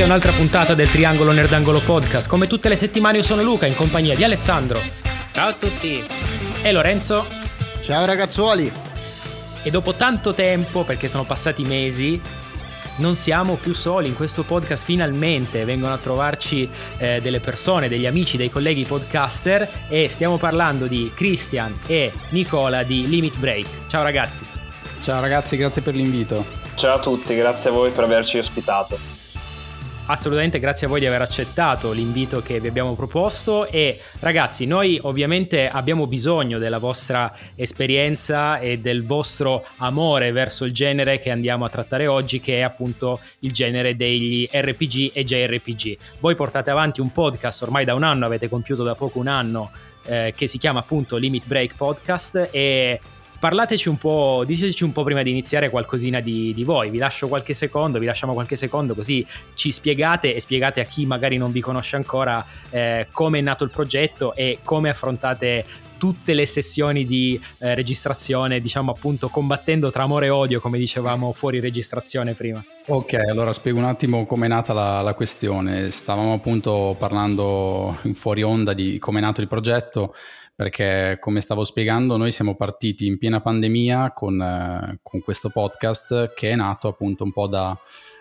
benvenuti a un'altra puntata del Triangolo Nerdangolo Podcast. Come tutte le settimane io sono Luca in compagnia di Alessandro. Ciao a tutti. E Lorenzo. Ciao ragazzuoli. E dopo tanto tempo, perché sono passati mesi, non siamo più soli in questo podcast. Finalmente vengono a trovarci delle persone, degli amici, dei colleghi podcaster, e stiamo parlando di Christian e Nicola di Limit Break. Ciao ragazzi. Ciao ragazzi, grazie per l'invito. Ciao a tutti, grazie a voi per averci ospitato. Assolutamente, grazie a voi di aver accettato l'invito che vi abbiamo proposto. E ragazzi, noi ovviamente abbiamo bisogno della vostra esperienza e del vostro amore verso il genere che andiamo a trattare oggi, che è appunto il genere degli RPG e JRPG. Voi portate avanti un podcast ormai da un anno, avete compiuto da poco un anno, che si chiama appunto Limit Break Podcast, e parlateci un po', diteci un po' prima di iniziare qualcosina di voi. Vi lasciamo qualche secondo così ci spiegate, e spiegate a chi magari non vi conosce ancora come è nato il progetto e come affrontate tutte le sessioni di registrazione, diciamo appunto combattendo tra amore e odio, come dicevamo fuori registrazione prima. Ok, allora spiego un attimo come è nata la questione. Stavamo appunto parlando in fuori onda di come è nato il progetto, perché come stavo spiegando noi siamo partiti in piena pandemia con questo podcast, che è nato appunto un po' da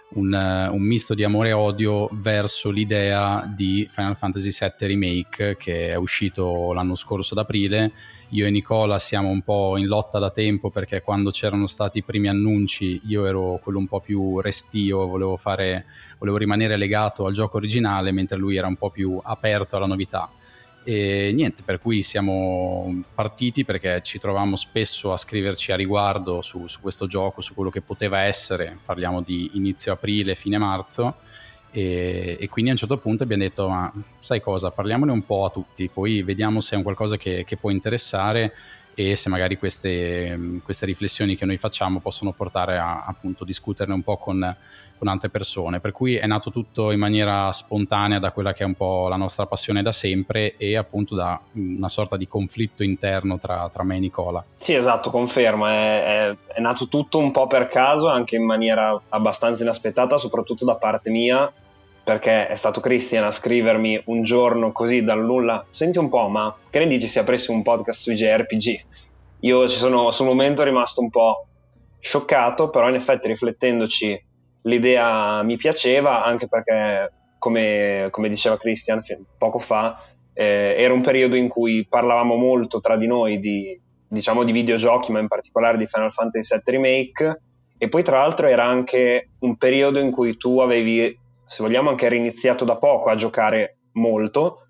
un misto di amore e odio verso l'idea di Final Fantasy VII Remake, che è uscito l'anno scorso ad aprile. Io e Nicola siamo un po' in lotta da tempo, perché quando c'erano stati i primi annunci io ero quello un po' più restio, volevo rimanere legato al gioco originale, mentre lui era un po' più aperto alla novità. E niente, per cui siamo partiti perché ci trovavamo spesso a scriverci a riguardo su questo gioco, su quello che poteva essere. Parliamo di inizio aprile, fine marzo, e quindi a un certo punto abbiamo detto: ma sai cosa, parliamone un po' a tutti, poi vediamo se è un qualcosa che può interessare e se magari queste riflessioni che noi facciamo possono portare a appunto discuterne un po' con altre persone. Per cui è nato tutto in maniera spontanea da quella che è un po' la nostra passione da sempre, e appunto da una sorta di conflitto interno tra me e Nicola. Sì, esatto, confermo, è nato tutto un po' per caso, anche in maniera abbastanza inaspettata, soprattutto da parte mia, perché è stato Christian a scrivermi un giorno così dal nulla: senti un po', ma che ne dici se aprissi un podcast sui JRPG? Io sul momento rimasto un po' scioccato, però in effetti riflettendoci l'idea mi piaceva, anche perché come diceva Christian poco fa, era un periodo in cui parlavamo molto tra di noi di videogiochi, ma in particolare di Final Fantasy VII Remake, e poi tra l'altro era anche un periodo in cui tu avevi, se vogliamo, anche riniziato da poco a giocare molto,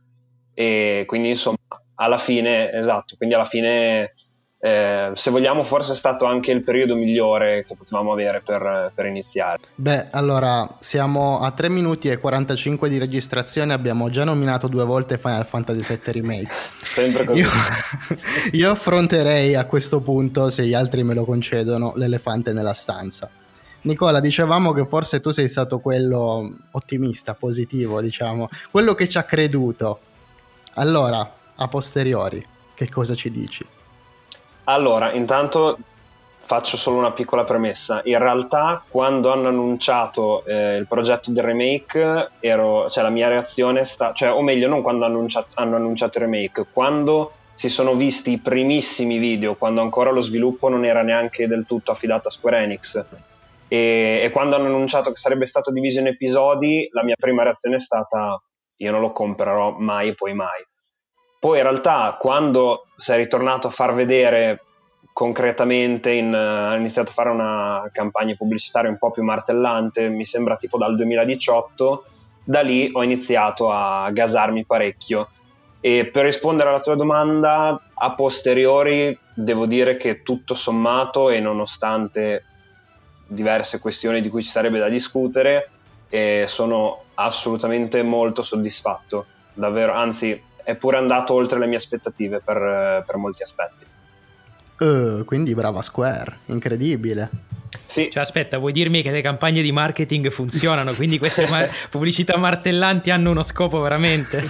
e quindi insomma alla fine, se vogliamo, forse è stato anche il periodo migliore che potevamo avere per iniziare. Beh, allora siamo a 3 minuti e 45 di registrazione, abbiamo già nominato 2 volte Final Fantasy VII Remake. Sempre così. Io affronterei a questo punto, se gli altri me lo concedono, l'elefante nella stanza. Nicola, dicevamo che forse tu sei stato quello ottimista, positivo, diciamo, quello che ci ha creduto. Allora, a posteriori, che cosa ci dici? Allora, intanto faccio solo una piccola premessa. In realtà, quando hanno annunciato il progetto del remake, la mia reazione o meglio, non quando hanno annunciato il remake, quando si sono visti i primissimi video, quando ancora lo sviluppo non era neanche del tutto affidato a Square Enix, e quando hanno annunciato che sarebbe stato diviso in episodi, la mia prima reazione è stata: io non lo comprerò mai e poi mai. Poi in realtà, quando sei ritornato a far vedere concretamente, ha iniziato a fare una campagna pubblicitaria un po' più martellante, mi sembra tipo dal 2018, da lì ho iniziato a gasarmi parecchio. E per rispondere alla tua domanda, a posteriori devo dire che tutto sommato, e nonostante diverse questioni di cui ci sarebbe da discutere, sono assolutamente molto soddisfatto, davvero, anzi è pure andato oltre le mie aspettative per molti aspetti. Quindi brava Square, incredibile. Sì. Cioè aspetta, vuoi dirmi che le campagne di marketing funzionano, quindi queste pubblicità martellanti hanno uno scopo veramente?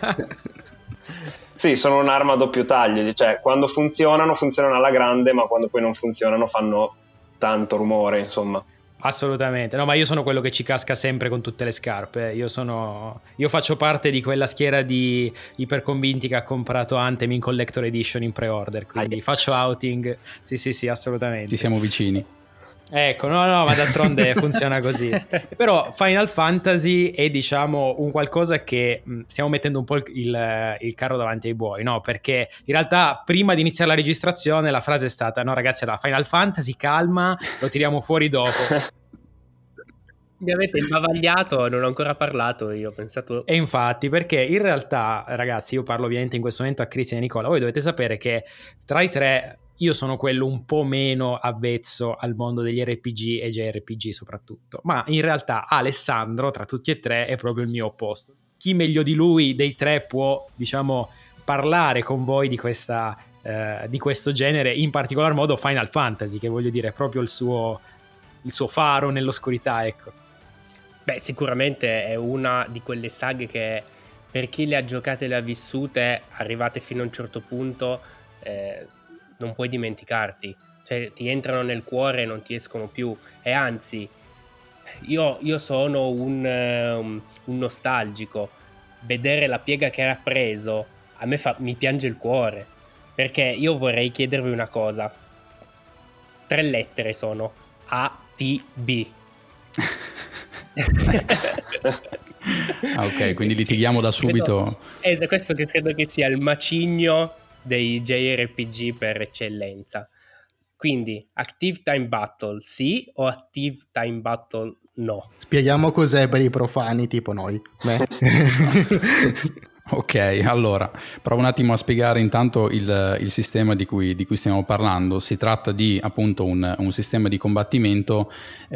Sì, sono un'arma a doppio taglio, cioè quando funzionano alla grande, ma quando poi non funzionano fanno tanto rumore, insomma. Assolutamente, no, ma io sono quello che ci casca sempre con tutte le scarpe. Io faccio parte di quella schiera di iperconvinti che ha comprato Anthem in Collector Edition in pre-order, quindi faccio outing. Sì, assolutamente. Ti siamo vicini. Ecco, no, ma d'altronde funziona così. Però Final Fantasy è, diciamo, un qualcosa che stiamo mettendo un po' il carro davanti ai buoi, no? Perché in realtà prima di iniziare la registrazione la frase è stata: no ragazzi, era Final Fantasy, calma, lo tiriamo fuori dopo. Mi avete imbavagliato, non ho ancora parlato, io ho pensato... E infatti, perché in realtà, ragazzi, io parlo ovviamente in questo momento a Cristian e Nicola, voi dovete sapere che tra i tre io sono quello un po' meno avvezzo al mondo degli RPG e JRPG soprattutto, ma in realtà Alessandro, tra tutti e tre, è proprio il mio opposto. Chi meglio di lui dei tre può, diciamo, parlare con voi di questo genere, in particolar modo Final Fantasy, che voglio dire è proprio il suo faro nell'oscurità, ecco. Beh, sicuramente è una di quelle saghe che per chi le ha giocate e le ha vissute, arrivate fino a un certo punto, non puoi dimenticarti. Cioè, ti entrano nel cuore e non ti escono più. E anzi, io sono un nostalgico. Vedere la piega che ha preso, a me mi piange il cuore. Perché io vorrei chiedervi una cosa. 3 lettere sono A, T, B. Ok, quindi litighiamo da subito. Questo che credo che sia il macigno dei JRPG per eccellenza. Quindi Active Time Battle sì o Active Time Battle no? Spieghiamo cos'è per i profani tipo noi. Ok, allora provo un attimo a spiegare intanto il sistema di cui stiamo parlando. Si tratta di appunto un sistema di combattimento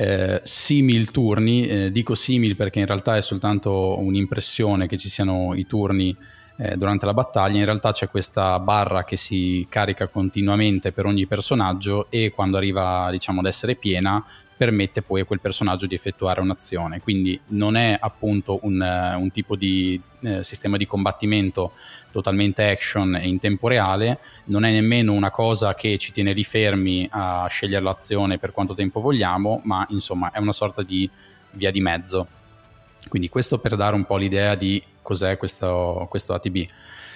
simil turni, dico simil perché in realtà è soltanto un'impressione che ci siano i turni durante la battaglia. In realtà c'è questa barra che si carica continuamente per ogni personaggio e quando arriva, diciamo, ad essere piena permette poi a quel personaggio di effettuare un'azione. Quindi non è appunto un tipo di sistema di combattimento totalmente action e in tempo reale, non è nemmeno una cosa che ci tiene lì fermi a scegliere l'azione per quanto tempo vogliamo, ma insomma è una sorta di via di mezzo. Quindi questo per dare un po' l'idea di cos'è questo ATB.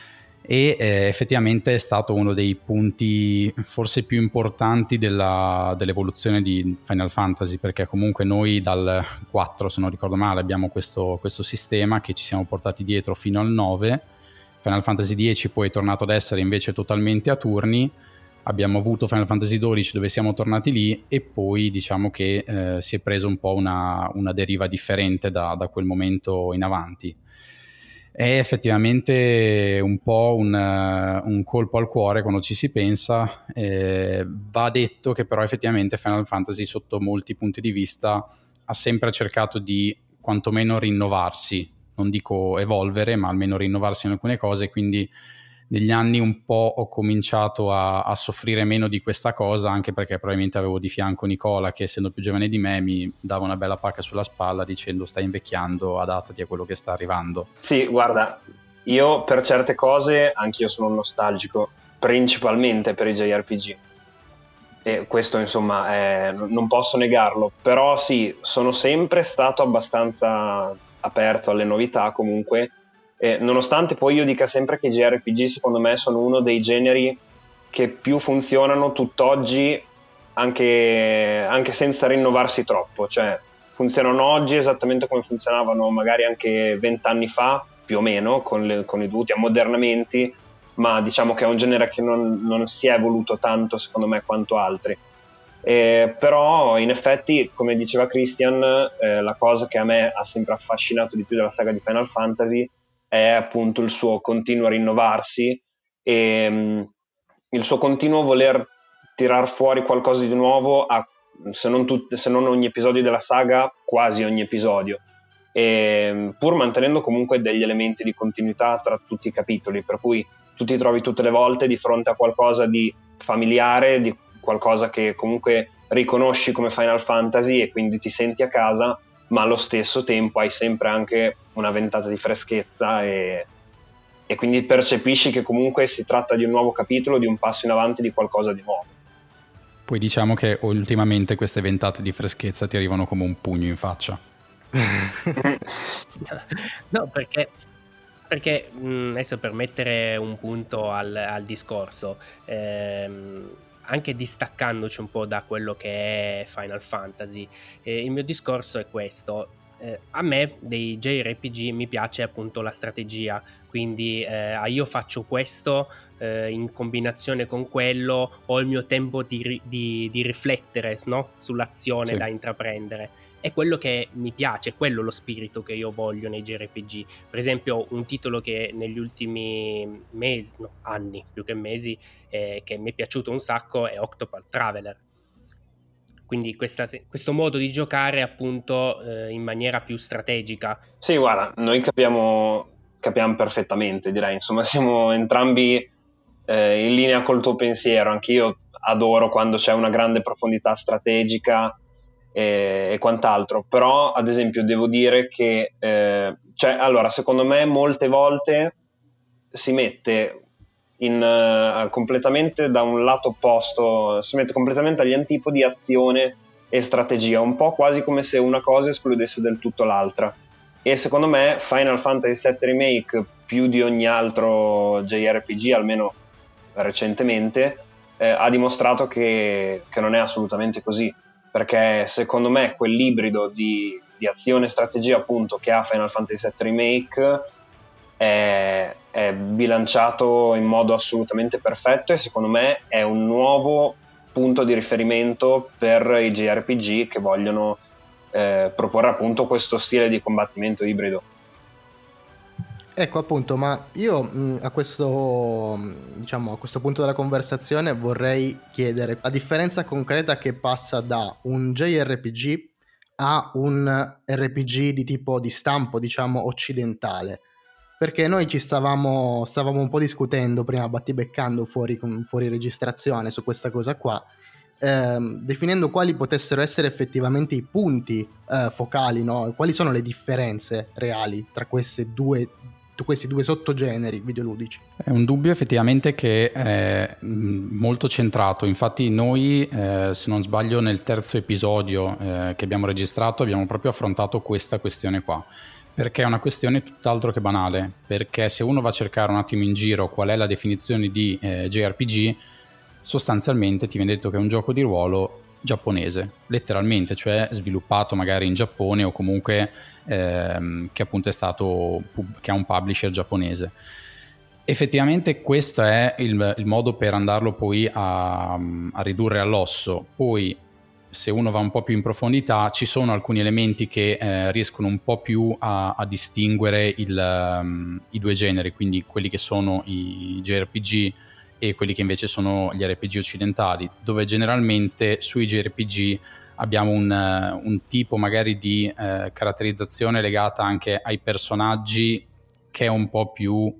E effettivamente è stato uno dei punti forse più importanti dell'evoluzione di Final Fantasy, perché comunque noi dal 4, se non ricordo male, abbiamo questo sistema che ci siamo portati dietro fino al 9. Final Fantasy X poi è tornato ad essere invece totalmente a turni, abbiamo avuto Final Fantasy XII dove siamo tornati lì e poi diciamo che si è preso un po' una deriva differente da quel momento in avanti. È effettivamente un po' un colpo al cuore quando ci si pensa. Va detto che però effettivamente Final Fantasy sotto molti punti di vista ha sempre cercato di quantomeno rinnovarsi, non dico evolvere ma almeno rinnovarsi in alcune cose, quindi negli anni un po' ho cominciato a soffrire meno di questa cosa, anche perché probabilmente avevo di fianco Nicola che essendo più giovane di me mi dava una bella pacca sulla spalla dicendo stai invecchiando, adattati a quello che sta arrivando. Sì, guarda, io per certe cose anch'io sono nostalgico, principalmente per i JRPG e questo insomma non posso negarlo, però sì, sono sempre stato abbastanza aperto alle novità comunque. Nonostante poi io dica sempre che i JRPG secondo me sono uno dei generi che più funzionano tutt'oggi anche senza rinnovarsi troppo, cioè funzionano oggi esattamente come funzionavano magari anche 20 anni fa più o meno con i dovuti ammodernamenti, ma diciamo che è un genere che non si è evoluto tanto secondo me quanto altri. Però in effetti, come diceva Christian, la cosa che a me ha sempre affascinato di più della saga di Final Fantasy è appunto il suo continuo rinnovarsi e il suo continuo voler tirar fuori qualcosa di nuovo se non ogni episodio della saga, quasi ogni episodio, e pur mantenendo comunque degli elementi di continuità tra tutti i capitoli, per cui tu ti trovi tutte le volte di fronte a qualcosa di familiare, di qualcosa che comunque riconosci come Final Fantasy e quindi ti senti a casa, ma allo stesso tempo hai sempre anche una ventata di freschezza e quindi percepisci che comunque si tratta di un nuovo capitolo, di un passo in avanti, di qualcosa di nuovo. Poi diciamo che ultimamente queste ventate di freschezza ti arrivano come un pugno in faccia. No, perché adesso per mettere un punto al discorso, anche distaccandoci un po' da quello che è Final Fantasy, il mio discorso è questo. A me dei JRPG mi piace appunto la strategia, quindi io faccio questo in combinazione con quello, ho il mio tempo di riflettere, no? Sull'azione da intraprendere. È quello che mi piace, è quello lo spirito che io voglio nei JRPG. Per esempio, un titolo che negli ultimi mesi, no, anni più che mesi, che mi è piaciuto un sacco è Octopath Traveler. Quindi questo modo di giocare appunto in maniera più strategica. Sì, guarda, noi capiamo perfettamente, direi. Insomma, siamo entrambi in linea col tuo pensiero. Anch'io adoro quando c'è una grande profondità strategica e quant'altro. Però, ad esempio, devo dire che allora, secondo me molte volte si mette completamente da un lato opposto, si mette completamente agli antipodi azione e strategia, un po' quasi come se una cosa escludesse del tutto l'altra. E secondo me Final Fantasy VII Remake, più di ogni altro JRPG, almeno recentemente, ha dimostrato che non è assolutamente così, perché secondo me quell'ibrido di azione e strategia appunto che ha Final Fantasy VII Remake è bilanciato in modo assolutamente perfetto, e secondo me è un nuovo punto di riferimento per i JRPG che vogliono proporre appunto questo stile di combattimento ibrido. Ecco appunto, ma io a questo punto della conversazione vorrei chiedere la differenza concreta che passa da un JRPG a un RPG di tipo di stampo, diciamo, occidentale. Perché noi ci stavamo un po' discutendo prima, battibeccando fuori registrazione su questa cosa qua, definendo quali potessero essere effettivamente i punti focali, no? Quali sono le differenze reali tra questi due sottogeneri videoludici. È un dubbio effettivamente che è molto centrato. Infatti noi, se non sbaglio, nel terzo episodio che abbiamo registrato abbiamo proprio affrontato questa questione qua, perché è una questione tutt'altro che banale, perché se uno va a cercare un attimo in giro qual è la definizione di JRPG, sostanzialmente ti viene detto che è un gioco di ruolo giapponese, letteralmente, cioè sviluppato magari in Giappone o comunque che appunto che ha un publisher giapponese. Effettivamente questo è il modo per andarlo poi a ridurre all'osso. Poi se uno va un po' più in profondità ci sono alcuni elementi che riescono un po' più a distinguere i due generi, quindi quelli che sono i JRPG e quelli che invece sono gli RPG occidentali, dove generalmente sui JRPG abbiamo un tipo magari di caratterizzazione legata anche ai personaggi che è un po' più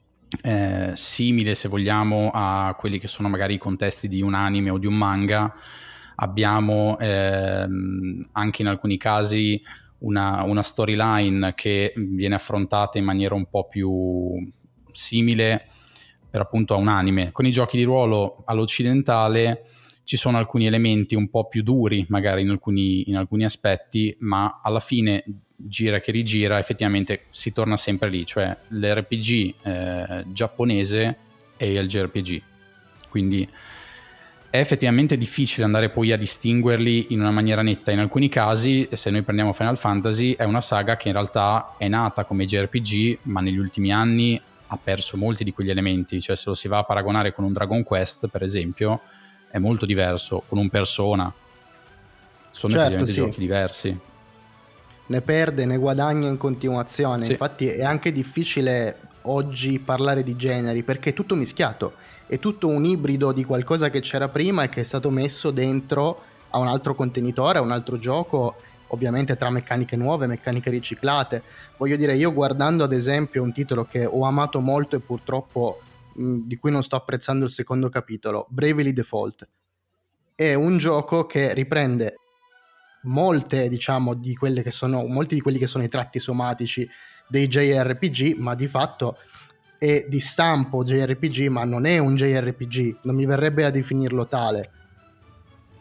simile, se vogliamo, a quelli che sono magari i contesti di un anime o di un manga. Abbiamo anche in alcuni casi una storyline che viene affrontata in maniera un po' più simile per appunto a un anime. Con i giochi di ruolo all'occidentale ci sono alcuni elementi un po' più duri magari in alcuni aspetti, ma alla fine gira che rigira effettivamente si torna sempre lì, cioè l'RPG giapponese e il JRPG. Quindi è effettivamente difficile andare poi a distinguerli in una maniera netta. In alcuni casi, se noi prendiamo Final Fantasy, è una saga che in realtà è nata come JRPG, ma negli ultimi anni ha perso molti di quegli elementi. Cioè se lo si va a paragonare con un Dragon Quest, per esempio, è molto diverso, con un Persona. Sono effettivamente giochi diversi. Ne perde, ne guadagna in continuazione. Sì. Infatti è anche difficile oggi parlare di generi, perché è tutto mischiato. È tutto un ibrido di qualcosa che c'era prima e che è stato messo dentro a un altro contenitore, a un altro gioco, ovviamente tra meccaniche nuove, meccaniche riciclate. Voglio dire, io guardando ad esempio un titolo che ho amato molto e purtroppo di cui non sto apprezzando il secondo capitolo, Bravely Default, è un gioco che riprende molti di quelli che sono i tratti somatici dei JRPG, ma di fatto è di stampo JRPG, ma non è un JRPG, non mi verrebbe a definirlo tale.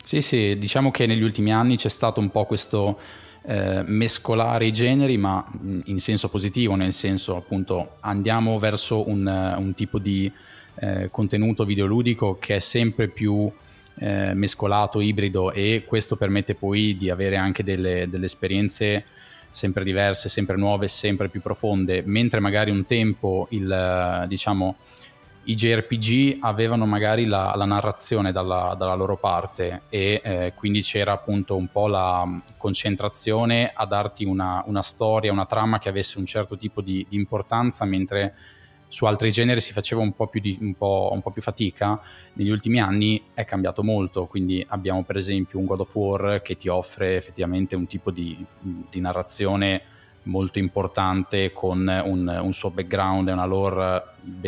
Sì, diciamo che negli ultimi anni c'è stato un po' questo mescolare i generi, ma in senso positivo, nel senso appunto andiamo verso un tipo di contenuto videoludico che è sempre più mescolato, ibrido, e questo permette poi di avere anche delle esperienze sempre diverse, sempre nuove, sempre più profonde, mentre magari un tempo i JRPG avevano magari la narrazione dalla loro parte e quindi c'era appunto un po' la concentrazione a darti una storia, una trama che avesse un certo tipo di importanza, mentre su altri generi si faceva un po' più fatica. Negli ultimi anni è cambiato molto, quindi abbiamo per esempio un God of War che ti offre effettivamente un tipo di narrazione molto importante, con un suo background e una lore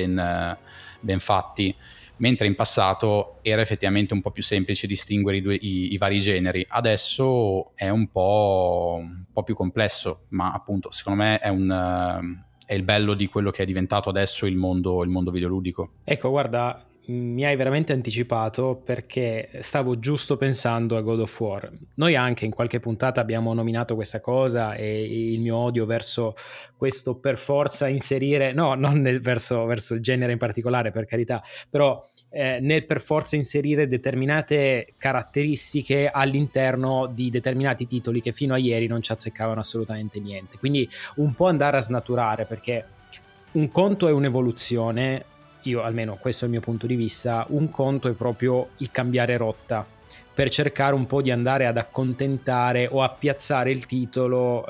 ben fatti, mentre in passato era effettivamente un po' più semplice distinguere i vari generi. Adesso è un po' più complesso, ma appunto secondo me è il bello di quello che è diventato adesso il mondo videoludico. Ecco, guarda, mi hai veramente anticipato, perché stavo giusto pensando a God of War. Noi anche in qualche puntata abbiamo nominato questa cosa e il mio odio verso questo per forza inserire, no, non verso il genere in particolare, per carità, però nel per forza inserire determinate caratteristiche all'interno di determinati titoli che fino a ieri non ci azzeccavano assolutamente niente. Quindi un po' andare a snaturare, perché un conto è un'evoluzione. Io, almeno questo è il mio punto di vista, un conto è proprio il cambiare rotta per cercare un po' di andare ad accontentare o a piazzare il titolo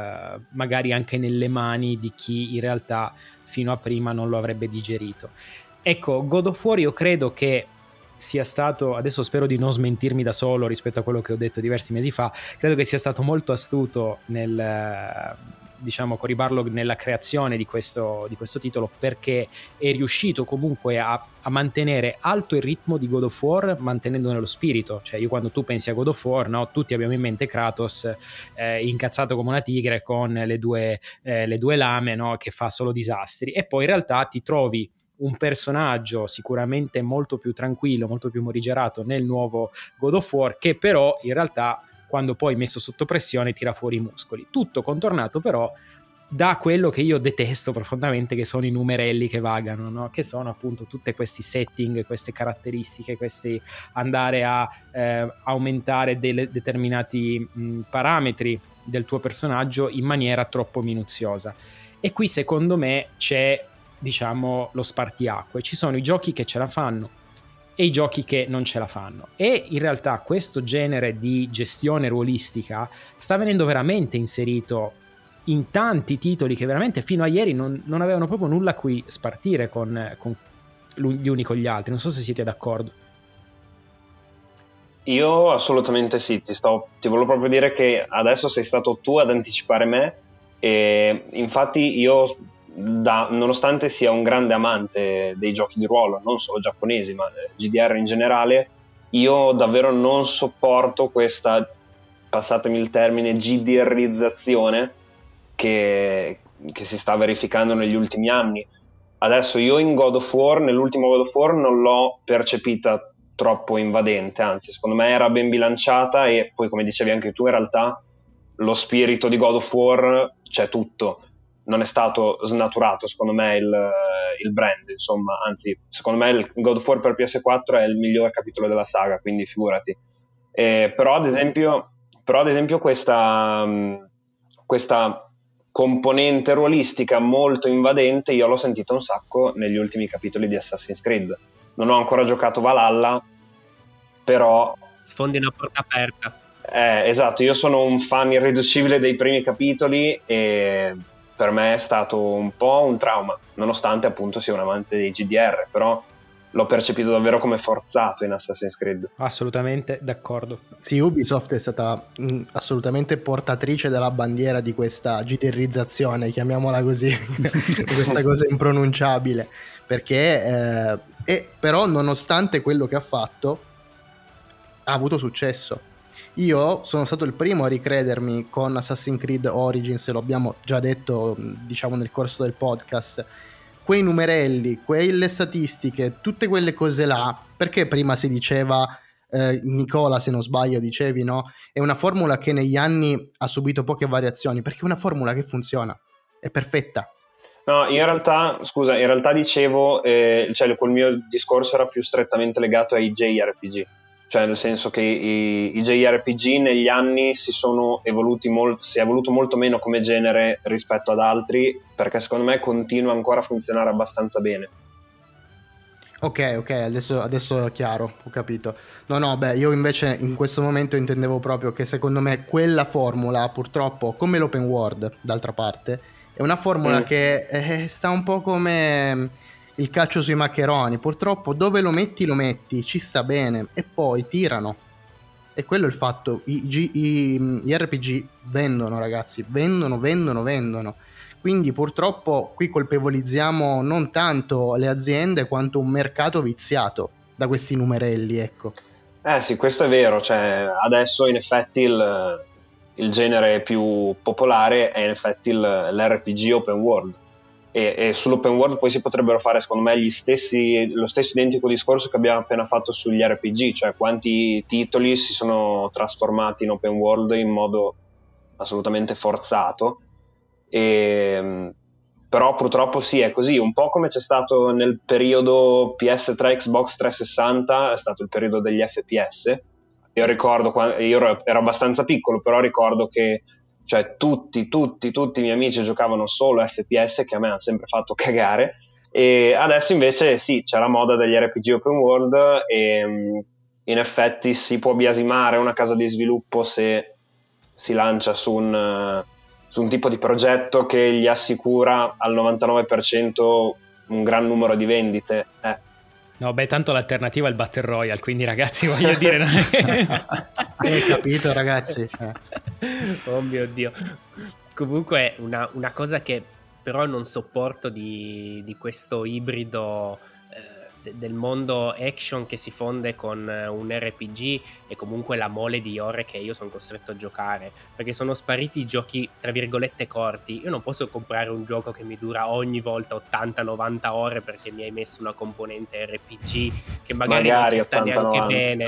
magari anche nelle mani di chi in realtà fino a prima non lo avrebbe digerito. Ecco, God of War io credo che sia stato, adesso spero di non smentirmi da solo rispetto a quello che ho detto diversi mesi fa, credo che sia stato molto astuto nel diciamo Cory Barlog nella creazione di questo titolo, perché è riuscito comunque a mantenere alto il ritmo di God of War, mantenendone lo spirito. Cioè, io quando tu pensi a God of War, no, tutti abbiamo in mente Kratos incazzato come una tigre con le due lame, no, che fa solo disastri, e poi in realtà ti trovi un personaggio sicuramente molto più tranquillo, molto più morigerato nel nuovo God of War, che però in realtà quando poi messo sotto pressione tira fuori i muscoli, tutto contornato però da quello che io detesto profondamente, che sono i numerelli che vagano, no? Che sono appunto tutti questi setting, queste caratteristiche, questi andare a aumentare dei determinati parametri del tuo personaggio in maniera troppo minuziosa. E qui secondo me c'è, diciamo, lo spartiacque. Ci sono i giochi che ce la fanno e i giochi che non ce la fanno, e in realtà questo genere di gestione ruolistica sta venendo veramente inserito in tanti titoli che veramente fino a ieri non avevano proprio nulla a cui spartire con gli uni con gli altri. Non so se siete d'accordo. Io assolutamente sì, ti volevo proprio dire che adesso sei stato tu ad anticipare me, e infatti io, nonostante sia un grande amante dei giochi di ruolo, non solo giapponesi ma GDR in generale, io davvero non sopporto questa, passatemi il termine, GDRizzazione che si sta verificando negli ultimi anni. Adesso io nell'ultimo God of War non l'ho percepita troppo invadente, anzi secondo me era ben bilanciata, e poi come dicevi anche tu in realtà lo spirito di God of War c'è tutto, non è stato snaturato secondo me il brand, insomma, anzi secondo me il God of War per PS4 è il miglior capitolo della saga, quindi figurati. Però ad esempio questa componente ruolistica molto invadente io l'ho sentita un sacco negli ultimi capitoli di Assassin's Creed. Non ho ancora giocato Valhalla, però sfondi una porta aperta. Esatto, io sono un fan irriducibile dei primi capitoli e per me è stato un po' un trauma, nonostante appunto sia un amante dei GDR, però l'ho percepito davvero come forzato in Assassin's Creed. Assolutamente d'accordo. Sì, Ubisoft è stata assolutamente portatrice della bandiera di questa GDRizzazione, chiamiamola così, questa cosa impronunciabile, perché però nonostante quello che ha fatto ha avuto successo. Io sono stato il primo a ricredermi con Assassin's Creed Origins, lo abbiamo già detto diciamo nel corso del podcast, quei numerelli, quelle statistiche, tutte quelle cose là, perché prima si diceva Nicola, se non sbaglio, dicevi, no? È una formula che negli anni ha subito poche variazioni, perché è una formula che funziona, è perfetta. No, in realtà dicevo, cioè col mio discorso era più strettamente legato ai JRPG, cioè nel senso che i JRPG negli anni si è evoluto molto meno come genere rispetto ad altri, perché secondo me continua ancora a funzionare abbastanza bene. Ok, adesso è chiaro, ho capito. No, io invece in questo momento intendevo proprio che secondo me quella formula, purtroppo, come l'open world, d'altra parte, è una formula che sta un po' come il calcio sui maccheroni. Purtroppo dove lo metti, ci sta bene, e poi tirano. E quello è il fatto. Gli RPG vendono, ragazzi, vendono. Quindi purtroppo qui colpevolizziamo non tanto le aziende quanto un mercato viziato da questi numerelli, ecco. Sì, questo è vero, cioè adesso in effetti il genere più popolare è in effetti l'RPG open world, e sull'open world poi si potrebbero fare secondo me lo stesso identico discorso che abbiamo appena fatto sugli RPG, cioè quanti titoli si sono trasformati in open world in modo assolutamente forzato. Però purtroppo sì, è così, un po' come c'è stato nel periodo PS3 Xbox 360, è stato il periodo degli FPS. Io ricordo, io ero abbastanza piccolo, però ricordo che cioè tutti i miei amici giocavano solo FPS, che a me hanno sempre fatto cagare, e adesso invece sì, c'è la moda degli RPG open world, e in effetti si può biasimare una casa di sviluppo se si lancia su un tipo di progetto che gli assicura al 99% un gran numero di vendite. No, beh, tanto l'alternativa è il Battle Royale, quindi ragazzi, voglio dire, non è... capito, ragazzi? Oh mio Dio. Comunque una cosa che però non sopporto di questo ibrido del mondo action che si fonde con un RPG è comunque la mole di ore che io sono costretto a giocare, perché sono spariti i giochi tra virgolette corti. Io non posso comprare un gioco che mi dura ogni volta 80-90 ore perché mi hai messo una componente RPG che magari non ci sta neanche bene.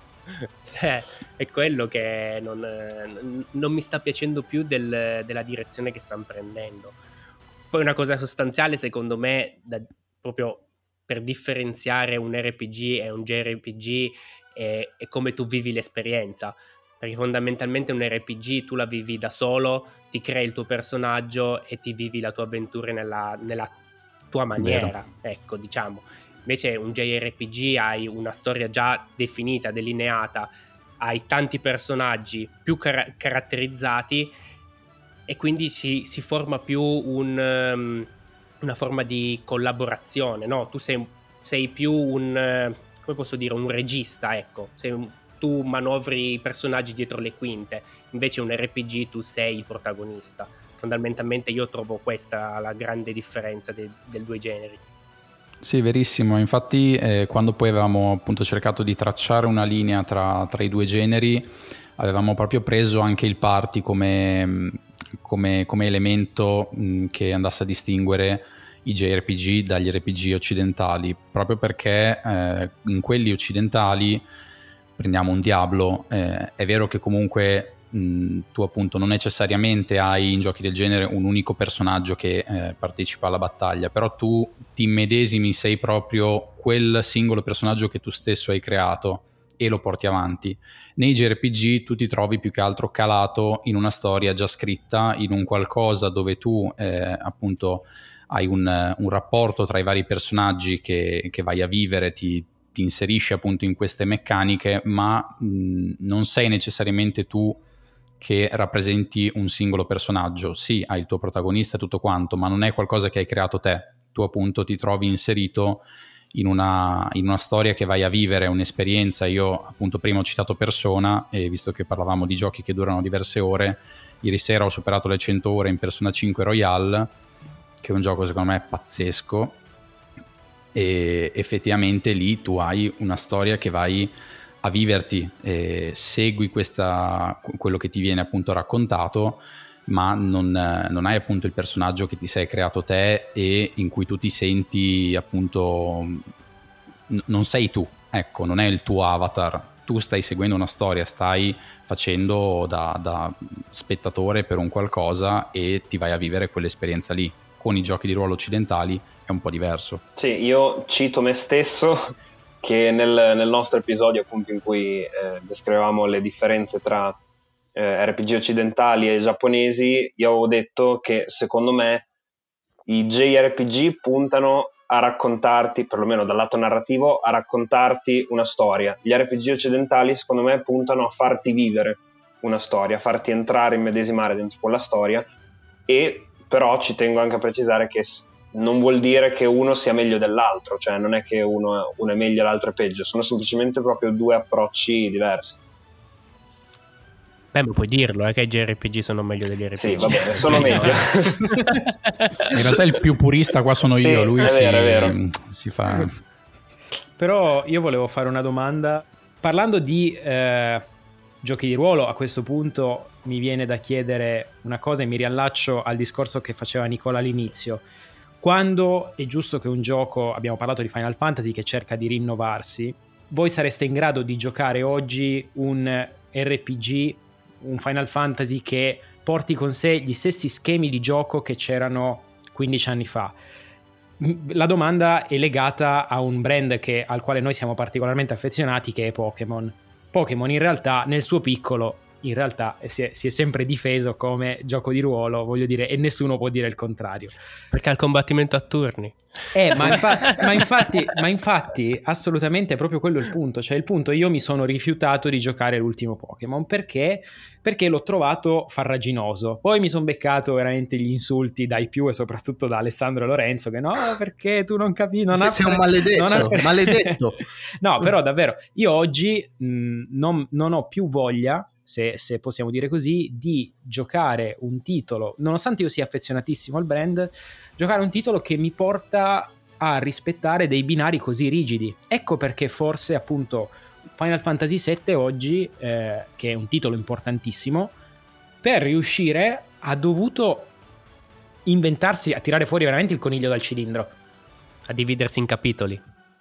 È quello che non mi sta piacendo più della direzione che stanno prendendo. Poi una cosa sostanziale secondo me, proprio per differenziare un RPG e un JRPG, è come tu vivi l'esperienza, perché fondamentalmente un RPG tu la vivi da solo, ti crei il tuo personaggio e ti vivi la tua avventura nella tua maniera. Vero. Ecco, diciamo. Invece un JRPG hai una storia già definita, delineata, hai tanti personaggi più caratterizzati, e quindi si forma più una forma di collaborazione, no? Tu sei più come posso dire, un regista, ecco. Tu manovri i personaggi dietro le quinte, invece un RPG tu sei il protagonista. Fondamentalmente io trovo questa la grande differenza dei due generi. Sì, verissimo. Infatti quando poi avevamo appunto cercato di tracciare una linea tra i due generi, avevamo proprio preso anche il party come elemento che andasse a distinguere i JRPG dagli RPG occidentali, proprio perché in quelli occidentali, prendiamo un Diablo, è vero che comunque tu appunto non necessariamente hai in giochi del genere un unico personaggio che partecipa alla battaglia, però tu ti immedesimi, sei proprio quel singolo personaggio che tu stesso hai creato e lo porti avanti. Nei JRPG tu ti trovi più che altro calato in una storia già scritta, in un qualcosa dove tu appunto hai un rapporto tra i vari personaggi che vai a vivere, ti inserisci appunto in queste meccaniche, ma non sei necessariamente tu che rappresenti un singolo personaggio. Sì, hai il tuo protagonista e tutto quanto, ma non è qualcosa che hai creato te. Tu appunto ti trovi inserito in una storia che vai a vivere, un'esperienza. Io appunto prima ho citato Persona, e visto che parlavamo di giochi che durano diverse ore, ieri sera ho superato le 100 ore in Persona 5 Royal, che è un gioco secondo me pazzesco, e effettivamente lì tu hai una storia che vai a viverti, segui quello che ti viene appunto raccontato, ma non hai appunto il personaggio che ti sei creato te e in cui tu ti senti appunto, non sei tu, ecco, non è il tuo avatar, tu stai seguendo una storia, stai facendo da spettatore per un qualcosa e ti vai a vivere quell'esperienza lì. Con i giochi di ruolo occidentali è un po' diverso. Sì, io cito me stesso che nel nostro episodio appunto in cui descrivevamo le differenze tra RPG occidentali e giapponesi, io avevo detto che secondo me i JRPG puntano a raccontarti, perlomeno dal lato narrativo, a raccontarti una storia. Gli RPG occidentali secondo me puntano a farti vivere una storia, a farti entrare, immedesimare dentro quella storia, e però ci tengo anche a precisare che non vuol dire che uno sia meglio dell'altro, cioè non è che uno è meglio e l'altro è peggio, sono semplicemente proprio due approcci diversi. Beh, ma puoi dirlo, che i JRPG sono meglio degli RPG. Sì, va bene, sono meglio. In realtà il più purista qua sono io, sì, lui è vero. Si fa... Però io volevo fare una domanda. Parlando di giochi di ruolo, a questo punto mi viene da chiedere una cosa e mi riallaccio al discorso che faceva Nicola all'inizio. Quando è giusto che un gioco, abbiamo parlato di Final Fantasy che cerca di rinnovarsi, voi sareste in grado di giocare oggi un RPG, un Final Fantasy che porti con sé gli stessi schemi di gioco che c'erano 15 anni fa? La domanda è legata a un brand al quale noi siamo particolarmente affezionati, che è Pokémon. Pokémon in realtà nel suo piccolo si è sempre difeso come gioco di ruolo, voglio dire, e nessuno può dire il contrario. Perché ha il combattimento a turni. Ma infatti assolutamente è proprio quello il punto. Cioè il punto, io mi sono rifiutato di giocare l'ultimo Pokémon perché l'ho trovato farraginoso. Poi mi sono beccato veramente gli insulti dai più e soprattutto da Alessandro e Lorenzo che no, perché tu non capisci, sei un maledetto. No, però davvero io oggi non ho più voglia, se possiamo dire così, di giocare un titolo, nonostante io sia affezionatissimo al brand, giocare un titolo che mi porta a rispettare dei binari così rigidi. Ecco perché forse appunto Final Fantasy VII oggi, che è un titolo importantissimo, per riuscire ha dovuto inventarsi, a tirare fuori veramente il coniglio dal cilindro, a dividersi in capitoli.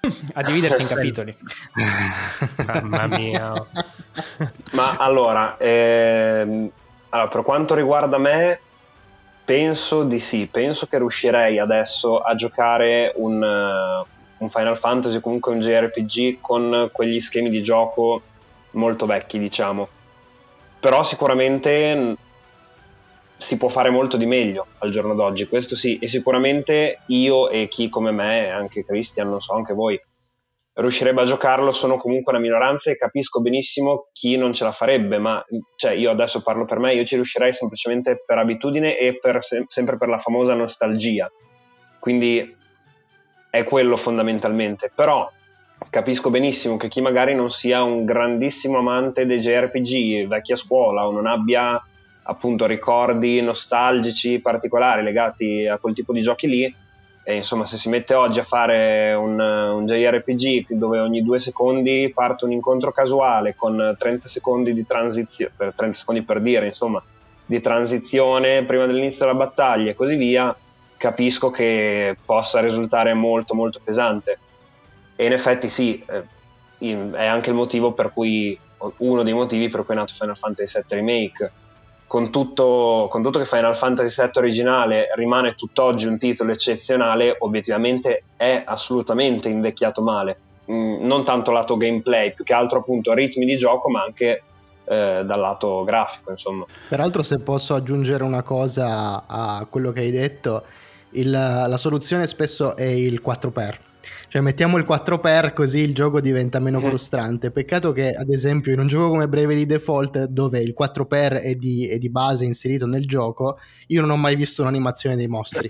Mamma mia. Ma allora, per quanto riguarda me, penso di sì, penso che riuscirei adesso a giocare un Final Fantasy o comunque un JRPG con quegli schemi di gioco molto vecchi, diciamo. Però sicuramente si può fare molto di meglio al giorno d'oggi, questo sì, e sicuramente io e chi come me, anche Christian, non so, anche voi, riuscirebbe a giocarlo. Sono comunque una minoranza e capisco benissimo chi non ce la farebbe, ma cioè io adesso parlo per me, io ci riuscirei semplicemente per abitudine e sempre per la famosa nostalgia, quindi è quello fondamentalmente. Però capisco benissimo che chi magari non sia un grandissimo amante dei JRPG vecchia scuola o non abbia appunto ricordi nostalgici particolari legati a quel tipo di giochi lì, e insomma se si mette oggi a fare un JRPG dove ogni 2 secondi parte un incontro casuale con 30 secondi di transizione, 30 secondi per dire, insomma, di transizione prima dell'inizio della battaglia e così via, capisco che possa risultare molto molto pesante. E in effetti sì, è anche il motivo per cui, uno dei motivi per cui è nato Final Fantasy VII Remake. Con tutto che Final Fantasy VII originale rimane tutt'oggi un titolo eccezionale, obiettivamente è assolutamente invecchiato male, non tanto lato gameplay, più che altro appunto ritmi di gioco, ma anche dal lato grafico, insomma. Peraltro, se posso aggiungere una cosa a quello che hai detto, la soluzione spesso è il 4x. Cioè mettiamo il 4x così il gioco diventa meno frustrante. Peccato che ad esempio in un gioco come Bravely Default, dove il 4x è di base inserito nel gioco, io non ho mai visto un'animazione dei mostri.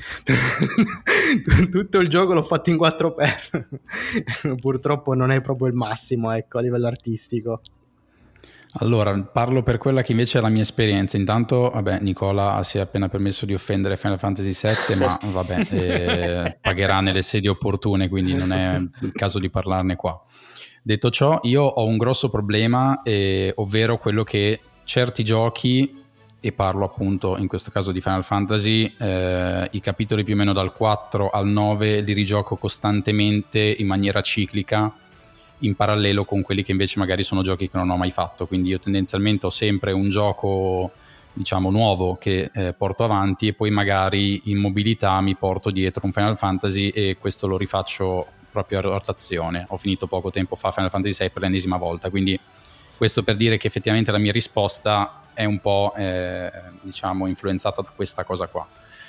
Tutto il gioco l'ho fatto in 4x. Purtroppo non è proprio il massimo, ecco, a livello artistico. Allora, parlo per quella che invece è la mia esperienza. Intanto, vabbè, Nicola si è appena permesso di offendere Final Fantasy VII, ma vabbè, pagherà nelle sedi opportune, quindi non è il caso di parlarne qua. Detto ciò, io ho un grosso problema, ovvero quello che certi giochi, e parlo appunto in questo caso di Final Fantasy, i capitoli più o meno dal 4 al 9 li rigioco costantemente in maniera ciclica, in parallelo con quelli che invece magari sono giochi che non ho mai fatto. Quindi io tendenzialmente ho sempre un gioco, diciamo, nuovo che porto avanti, e poi magari in mobilità mi porto dietro un Final Fantasy e questo lo rifaccio proprio a rotazione. Ho finito poco tempo fa Final Fantasy VI per l'ennesima volta, quindi questo per dire che effettivamente la mia risposta è un po' diciamo influenzata da questa cosa qua.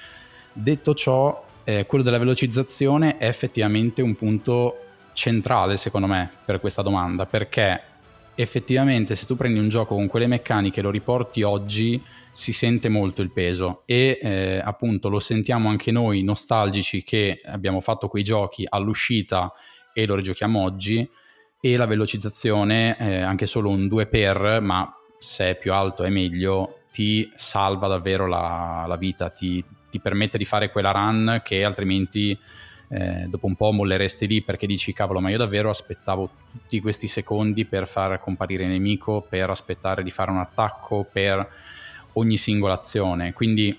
Detto ciò, quello della velocizzazione è effettivamente un punto centrale secondo me per questa domanda, perché effettivamente se tu prendi un gioco con quelle meccaniche e lo riporti oggi si sente molto il peso, e appunto lo sentiamo anche noi nostalgici che abbiamo fatto quei giochi all'uscita e lo rigiochiamo oggi. E la velocizzazione, anche solo un 2x, ma se è più alto è meglio, ti salva davvero la vita, ti permette di fare quella run che altrimenti dopo un po' molleresti lì, perché dici cavolo, ma io davvero aspettavo tutti questi secondi per far comparire il nemico, per aspettare di fare un attacco, per ogni singola azione. Quindi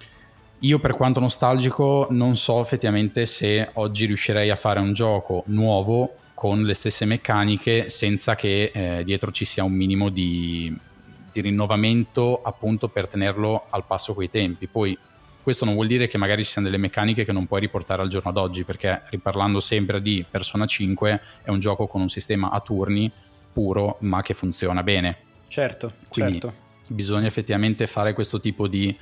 io, per quanto nostalgico, non so effettivamente se oggi riuscirei a fare un gioco nuovo con le stesse meccaniche senza che dietro ci sia un minimo di rinnovamento, appunto per tenerlo al passo coi tempi. Poi questo non vuol dire che magari ci siano delle meccaniche che non puoi riportare al giorno d'oggi, perché riparlando sempre di Persona 5 è un gioco con un sistema a turni puro ma che funziona bene. Certo, quindi certo. Bisogna effettivamente fare questo tipo di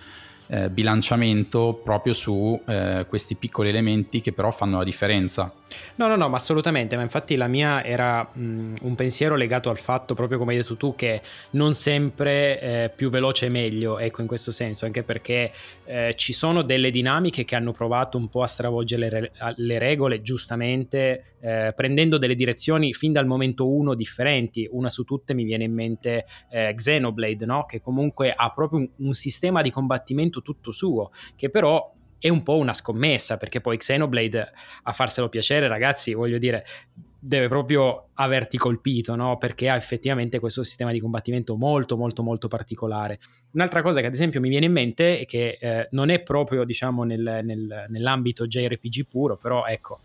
bilanciamento proprio su questi piccoli elementi che però fanno la differenza. No, ma assolutamente, ma infatti la mia era un pensiero legato al fatto, proprio come hai detto tu, che non sempre più veloce è meglio, ecco, in questo senso, anche perché ci sono delle dinamiche che hanno provato un po' a stravolgere le regole, giustamente, prendendo delle direzioni fin dal momento 1 differenti. Una su tutte mi viene in mente Xenoblade, no? Che comunque ha proprio un sistema di combattimento tutto suo, che però è un po' una scommessa, perché poi Xenoblade, a farselo piacere, ragazzi, voglio dire, deve proprio averti colpito, no? Perché ha effettivamente questo sistema di combattimento molto molto molto particolare. Un'altra cosa che ad esempio mi viene in mente è che non è proprio, diciamo, nell'ambito JRPG puro, però ecco,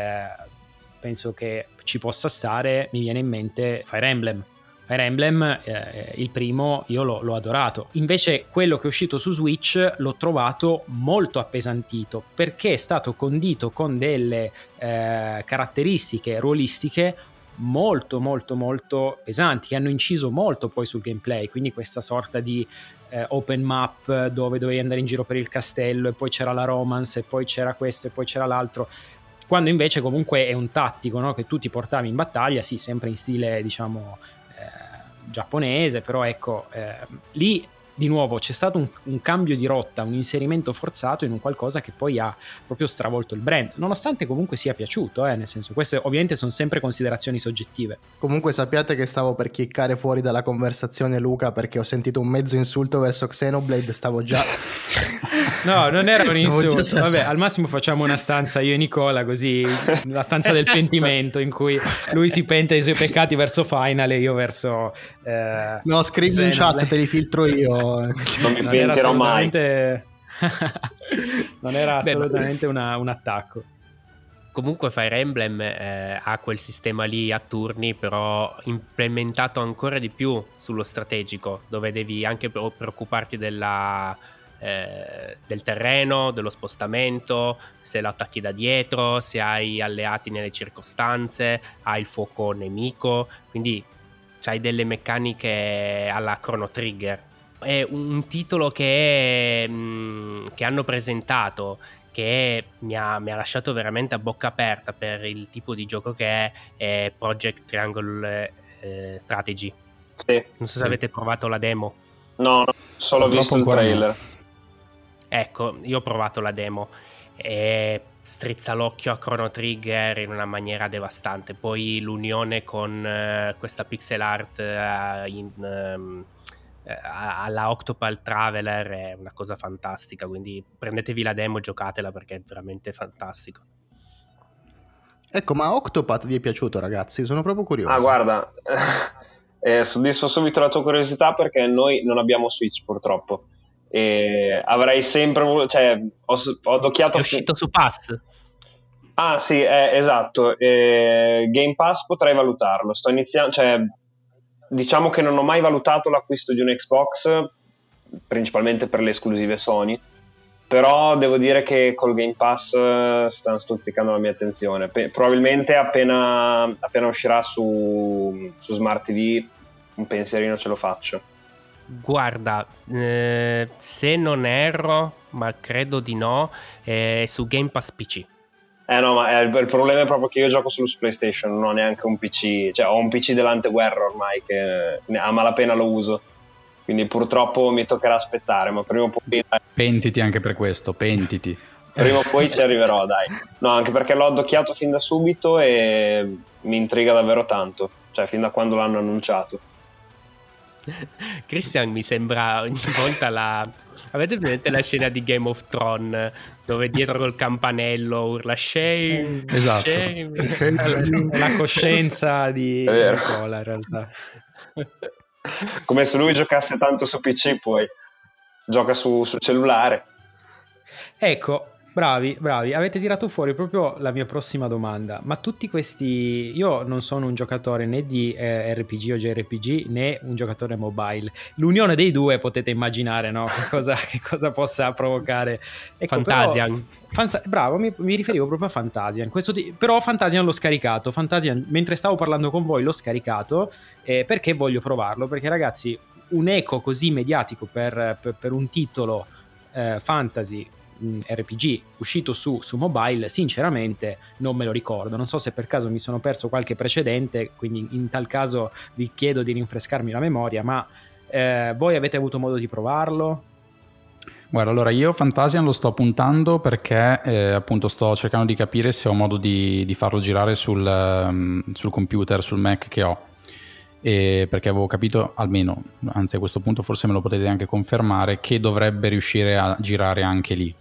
penso che ci possa stare, mi viene in mente Fire Emblem. Fire Emblem, il primo, io l'ho adorato. Invece quello che è uscito su Switch l'ho trovato molto appesantito, perché è stato condito con delle caratteristiche ruolistiche molto molto molto pesanti, che hanno inciso molto poi sul gameplay. Quindi questa sorta di open map dove dovevi andare in giro per il castello, e poi c'era la romance, e poi c'era questo, e poi c'era l'altro, quando invece comunque è un tattico, no? Che tu ti portavi in battaglia, sì, sempre in stile, diciamo, giapponese, però ecco, lì di nuovo c'è stato un cambio di rotta, un inserimento forzato in un qualcosa che poi ha proprio stravolto il brand, nonostante comunque sia piaciuto, nel senso, queste ovviamente sono sempre considerazioni soggettive. Comunque sappiate che stavo per chiccare fuori dalla conversazione Luca, perché ho sentito un mezzo insulto verso Xenoblade, stavo già... No, non era un insulto, vabbè, al massimo facciamo una stanza io e Nicola, così, la stanza del pentimento, in cui lui si pente dei suoi peccati verso Final e io verso no, scrivi in chat, te li filtro io. Non mi pentirò mai. Non era assolutamente un attacco. Comunque Fire Emblem ha quel sistema lì a turni, però implementato ancora di più sullo strategico, dove devi anche preoccuparti del terreno, dello spostamento, se lo attacchi da dietro, se hai alleati nelle circostanze, hai il fuoco nemico, quindi c'hai delle meccaniche alla Chrono Trigger. È un titolo che hanno presentato, che mi ha lasciato veramente a bocca aperta per il tipo di gioco che è Project Triangle Strategy. Sì, non so se avete provato la demo. No, solo visto il trailer. Ecco, io ho provato la demo e strizza l'occhio a Chrono Trigger in una maniera devastante. Poi l'unione con questa pixel art alla Octopath Traveler è una cosa fantastica, quindi prendetevi la demo e giocatela, perché è veramente fantastico. Ecco, ma Octopath vi è piaciuto, ragazzi? Sono proprio curioso. Guarda, soddisfo subito la tua curiosità, perché noi non abbiamo Switch purtroppo, e avrei sempre voluto, cioè ho adocchiato... È uscito su Pass? Ah sì, esatto, Game Pass potrei valutarlo, sto iniziando, cioè diciamo che non ho mai valutato l'acquisto di un Xbox, principalmente per le esclusive Sony, però devo dire che col Game Pass stanno stuzzicando la mia attenzione. Probabilmente appena uscirà su Smart TV un pensierino ce lo faccio. Guarda, se non erro, ma credo di no, è su Game Pass PC. No, ma il problema è proprio che io gioco solo su PlayStation, non ho neanche un PC, cioè ho un PC dell'anteguerra ormai che a malapena lo uso, quindi purtroppo mi toccherà aspettare, ma prima o poi... Pentiti anche per questo, pentiti. Prima o poi ci arriverò, dai. No, anche perché l'ho addocchiato fin da subito e mi intriga davvero tanto, cioè fin da quando l'hanno annunciato. Christian mi sembra ogni volta Avete presente la scena di Game of Thrones dove dietro col campanello urla shame? Esatto. Shame. È la coscienza di Nicola in realtà. Come se lui giocasse tanto su PC, poi gioca sul cellulare. Ecco, bravi, avete tirato fuori proprio la mia prossima domanda. Ma tutti questi... Io non sono un giocatore né di RPG o JRPG né un giocatore mobile. L'unione dei due potete immaginare, no? Che cosa possa provocare. Ecco, Fantasian. Bravo, mi riferivo proprio a Fantasian. Però Fantasian l'ho scaricato. Fantasian, mentre stavo parlando con voi, l'ho scaricato perché voglio provarlo. Perché ragazzi, un eco così mediatico per un titolo fantasy RPG uscito su mobile, sinceramente non me lo ricordo. Non so se per caso mi sono perso qualche precedente, quindi in tal caso vi chiedo di rinfrescarmi la memoria, ma voi avete avuto modo di provarlo? Guarda, allora io Fantasian lo sto puntando perché appunto sto cercando di capire se ho modo di farlo girare sul computer, sul Mac che ho. Perché avevo capito almeno, anzi a questo punto forse me lo potete anche confermare, che dovrebbe riuscire a girare anche lì.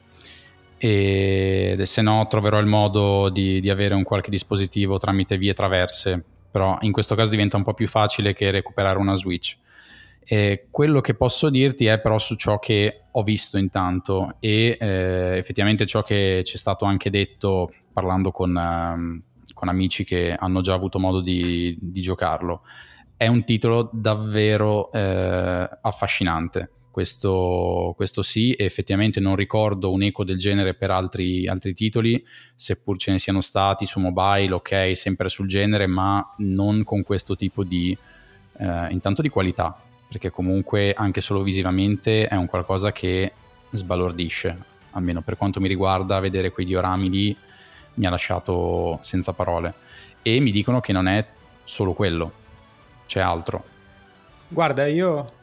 E se no troverò il modo di avere un qualche dispositivo tramite vie traverse, però in questo caso diventa un po' più facile che recuperare una Switch. E quello che posso dirti è però su ciò che ho visto intanto e effettivamente ciò che ci è stato anche detto parlando con amici che hanno già avuto modo di giocarlo. È un titolo davvero affascinante. Questo sì, e effettivamente non ricordo un eco del genere per altri titoli, seppur ce ne siano stati su mobile, ok, sempre sul genere, ma non con questo tipo di intanto di qualità, perché comunque anche solo visivamente è un qualcosa che sbalordisce, almeno per quanto mi riguarda. Vedere quei diorami lì mi ha lasciato senza parole, e mi dicono che non è solo quello, c'è altro. Guarda, io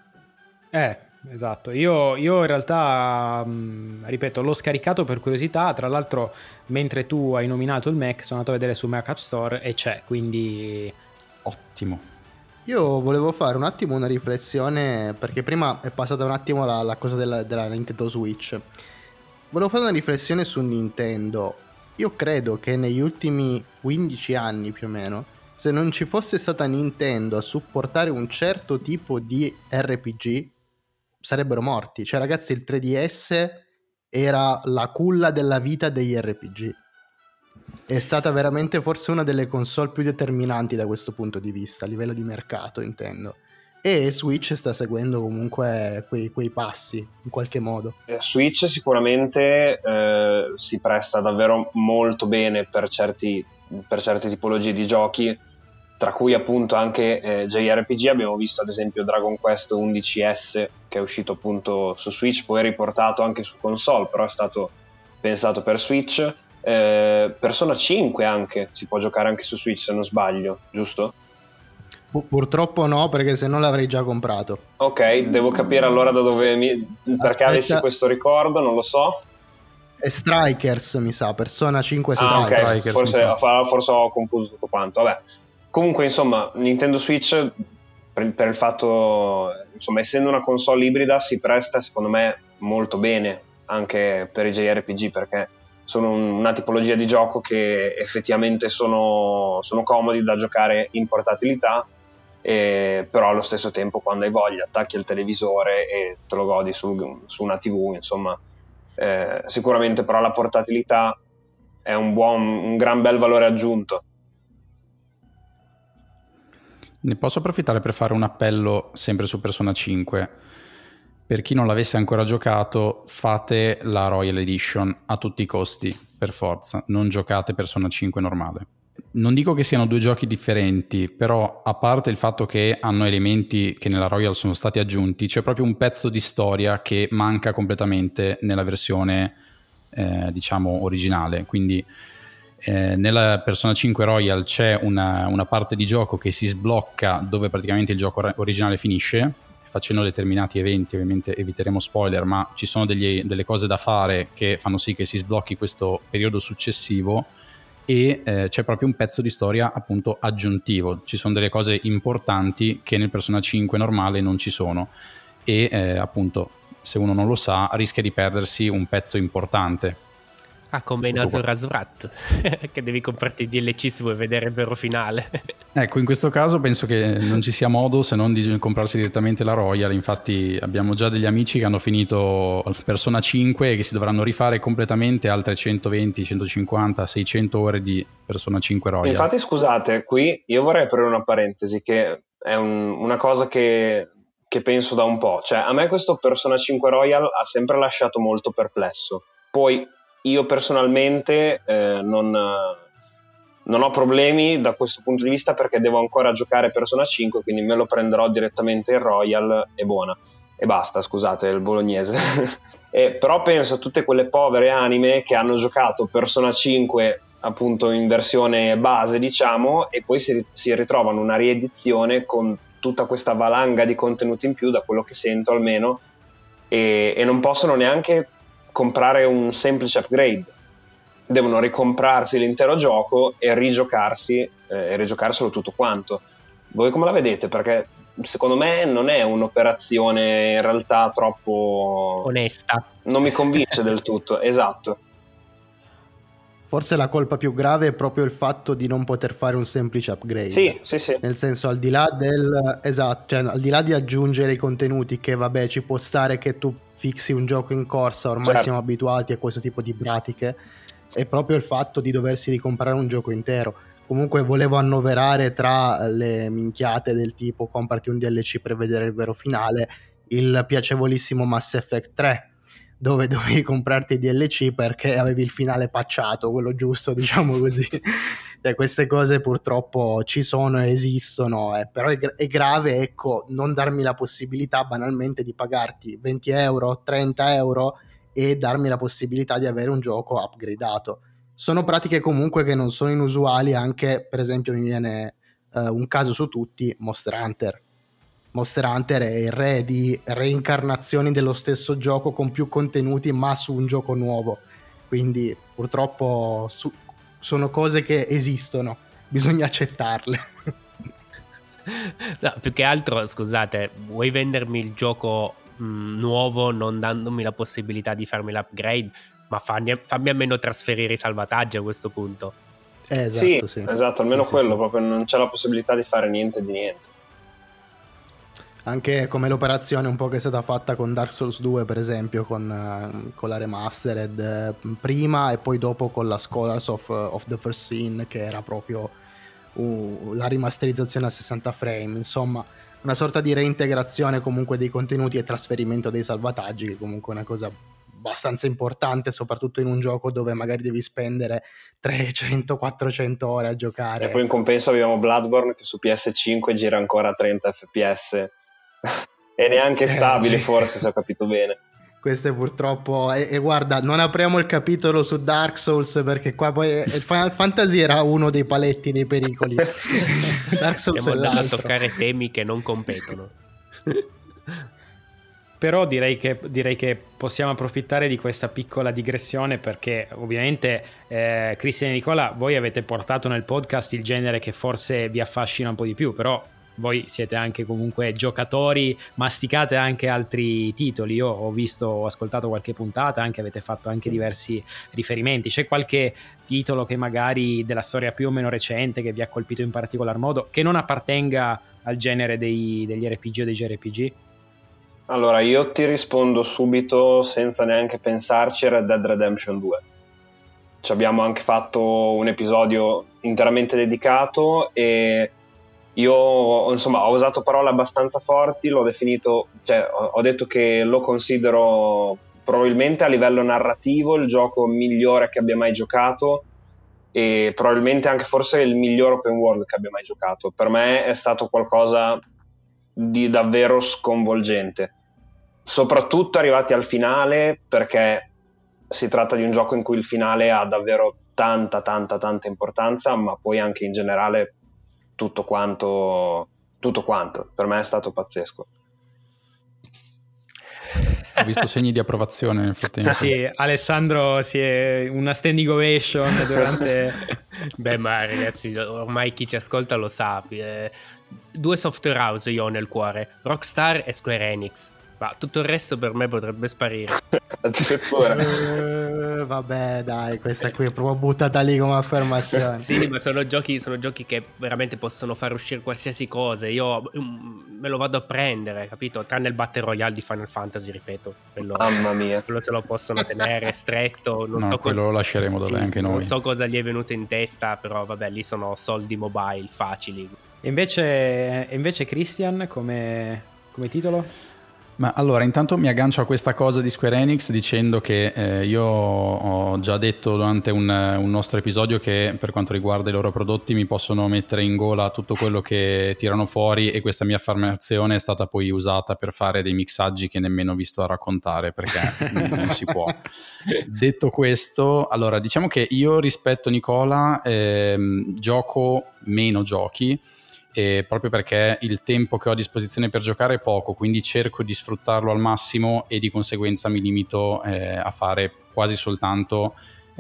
esatto, io in realtà ripeto, l'ho scaricato per curiosità. Tra l'altro, mentre tu hai nominato il Mac, sono andato a vedere su Mac App Store e c'è, quindi ottimo. Io volevo fare un attimo una riflessione, perché prima è passata un attimo la cosa della Nintendo Switch. Volevo fare una riflessione su Nintendo. Io credo che negli ultimi 15 anni più o meno, se non ci fosse stata Nintendo a supportare un certo tipo di RPG, sarebbero morti. Cioè ragazzi, il 3DS era la culla della vita degli RPG. È stata veramente forse una delle console più determinanti da questo punto di vista, a livello di mercato intendo. E Switch sta seguendo comunque quei passi in qualche modo. Switch sicuramente si presta davvero molto bene per certe tipologie di giochi, tra cui appunto anche JRPG. Abbiamo visto ad esempio Dragon Quest 11S che è uscito appunto su Switch, poi riportato anche su console, però è stato pensato per Switch. Persona 5 anche si può giocare anche su Switch, se non sbaglio, giusto? Purtroppo no, perché se no l'avrei già comprato. Ok, devo capire allora da dove perché avessi questo ricordo, non lo so. È Strikers, mi sa, Persona 5 Strikers. Strikers, forse ho confuso tutto quanto. Vabbè. Comunque, insomma, Nintendo Switch per il fatto, insomma, essendo una console ibrida, si presta secondo me molto bene anche per i JRPG, perché sono una tipologia di gioco che effettivamente sono comodi da giocare in portatilità, però allo stesso tempo quando hai voglia attacchi il televisore e te lo godi su una TV, insomma. Sicuramente però la portatilità è un gran bel valore aggiunto. Ne posso approfittare per fare un appello sempre su Persona 5. Per chi non l'avesse ancora giocato, fate la Royal Edition a tutti i costi, per forza. Non giocate Persona 5 normale. Non dico che siano due giochi differenti, però a parte il fatto che hanno elementi che nella Royal sono stati aggiunti, c'è proprio un pezzo di storia che manca completamente nella versione, diciamo, originale. Quindi nella Persona 5 Royal c'è una parte di gioco che si sblocca dove praticamente il gioco originale finisce, facendo determinati eventi. Ovviamente eviteremo spoiler, ma ci sono delle cose da fare che fanno sì che si sblocchi questo periodo successivo, e c'è proprio un pezzo di storia appunto aggiuntivo. Ci sono delle cose importanti che nel Persona 5 normale non ci sono, e appunto, se uno non lo sa, rischia di perdersi un pezzo importante. Come in Azure's Wrath, che devi comprarti il DLC se vuoi vedere il vero finale. Ecco, in questo caso penso che non ci sia modo se non di comprarsi direttamente la Royal. Infatti abbiamo già degli amici che hanno finito Persona 5 e che si dovranno rifare completamente altre 120, 150, 600 ore di Persona 5 Royal. Infatti, scusate, qui io vorrei aprire una parentesi, che è una cosa che penso da un po'. Cioè, a me questo Persona 5 Royal ha sempre lasciato molto perplesso. Poi io personalmente non ho problemi da questo punto di vista, perché devo ancora giocare Persona 5, quindi me lo prenderò direttamente in Royal e buona. E basta, scusate il bolognese. Però penso a tutte quelle povere anime che hanno giocato Persona 5 appunto in versione base, diciamo, e poi si ritrovano una riedizione con tutta questa valanga di contenuti in più, da quello che sento almeno, e non possono neanche comprare un semplice upgrade, devono ricomprarsi l'intero gioco e rigiocarselo tutto quanto. Voi come la vedete? Perché secondo me non è un'operazione in realtà troppo onesta, non mi convince del tutto. Esatto. Forse la colpa più grave è proprio il fatto di non poter fare un semplice upgrade. Sì. Nel senso, al di là cioè, al di là di aggiungere i contenuti, che vabbè, ci può stare che tu fissi un gioco in corsa, ormai certo, siamo abituati a questo tipo di pratiche, è proprio il fatto di doversi ricomprare un gioco intero. Comunque volevo annoverare tra le minchiate del tipo comprati un DLC per vedere il vero finale il piacevolissimo Mass Effect 3, dove dovevi comprarti i DLC perché avevi il finale patchato, quello giusto, diciamo così. Cioè, queste cose purtroppo ci sono e esistono, però è grave, ecco, non darmi la possibilità banalmente di pagarti 20 euro, 30 euro e darmi la possibilità di avere un gioco upgradato. Sono pratiche comunque che non sono inusuali. Anche, per esempio, mi viene un caso su tutti, Monster Hunter. Monster Hunter è il re di reincarnazioni dello stesso gioco con più contenuti, ma su un gioco nuovo. Quindi purtroppo sono cose che esistono, bisogna accettarle. No, più che altro, scusate, vuoi vendermi il gioco nuovo non dandomi la possibilità di farmi l'upgrade? Ma fammi almeno trasferire i salvataggi a questo punto. Esatto, sì. Esatto, almeno sì, quello, sì. Proprio non c'è la possibilità di fare niente di niente. Anche come l'operazione un po' che è stata fatta con Dark Souls 2, per esempio, con la remastered prima e poi dopo con la Scholars of the First Sin, che era proprio la rimasterizzazione a 60 frame. Insomma, una sorta di reintegrazione comunque dei contenuti e trasferimento dei salvataggi, che comunque è una cosa abbastanza importante, soprattutto in un gioco dove magari devi spendere 300-400 ore a giocare. E poi in compenso abbiamo Bloodborne che su PS5 gira ancora a 30 fps e neanche stabile, sì. Forse, se ho capito bene. Queste purtroppo e guarda, non apriamo il capitolo su Dark Souls, perché qua poi il Final Fantasy era uno dei paletti dei pericoli. Dark Souls stiamo andando a toccare temi che non competono. Però direi che possiamo approfittare di questa piccola digressione, perché ovviamente Cristian e Nicola, voi avete portato nel podcast il genere che forse vi affascina un po' di più, però voi siete anche comunque giocatori, masticate anche altri titoli. Io ho ascoltato qualche puntata, anche avete fatto anche diversi riferimenti. C'è qualche titolo che magari della storia più o meno recente che vi ha colpito in particolar modo, che non appartenga al genere degli RPG o dei JRPG? Allora, io ti rispondo subito senza neanche pensarci: Red Dead Redemption 2. ci abbiamo anche fatto un episodio interamente dedicato e io insomma ho usato parole abbastanza forti, l'ho definito, cioè ho detto che lo considero probabilmente a livello narrativo il gioco migliore che abbia mai giocato e probabilmente anche forse il miglior open world che abbia mai giocato. Per me è stato qualcosa di davvero sconvolgente, soprattutto arrivati al finale, perché si tratta di un gioco in cui il finale ha davvero tanta importanza, ma poi anche in generale tutto quanto per me è stato pazzesco. Ho visto segni di approvazione nel frattempo. Sì, Alessandro si è una standing ovation durante... Beh, ma ragazzi, ormai chi ci ascolta lo sa. 2 software house io ho nel cuore, Rockstar e Square Enix. Ma tutto il resto per me potrebbe sparire. Vabbè, dai, questa qui è proprio buttata lì come affermazione. Sì, ma sono giochi che veramente possono far uscire qualsiasi cosa. Io me lo vado a prendere, capito? Tranne il Battle Royale di Final Fantasy, ripeto. Mamma mia. Quello se lo possono tenere stretto. Non so quello lo lasceremo dove anche noi. Non so cosa gli è venuto in testa, però vabbè, lì sono soldi mobile facili. E invece Christian, come titolo? Ma allora, intanto mi aggancio a questa cosa di Square Enix dicendo che io ho già detto durante un nostro episodio che per quanto riguarda i loro prodotti mi possono mettere in gola tutto quello che tirano fuori, e questa mia affermazione è stata poi usata per fare dei mixaggi che nemmeno vi sto a raccontare perché non si può. Detto questo, allora diciamo che io rispetto Nicola gioco meno giochi, proprio perché il tempo che ho a disposizione per giocare è poco, quindi cerco di sfruttarlo al massimo e di conseguenza mi limito a fare quasi soltanto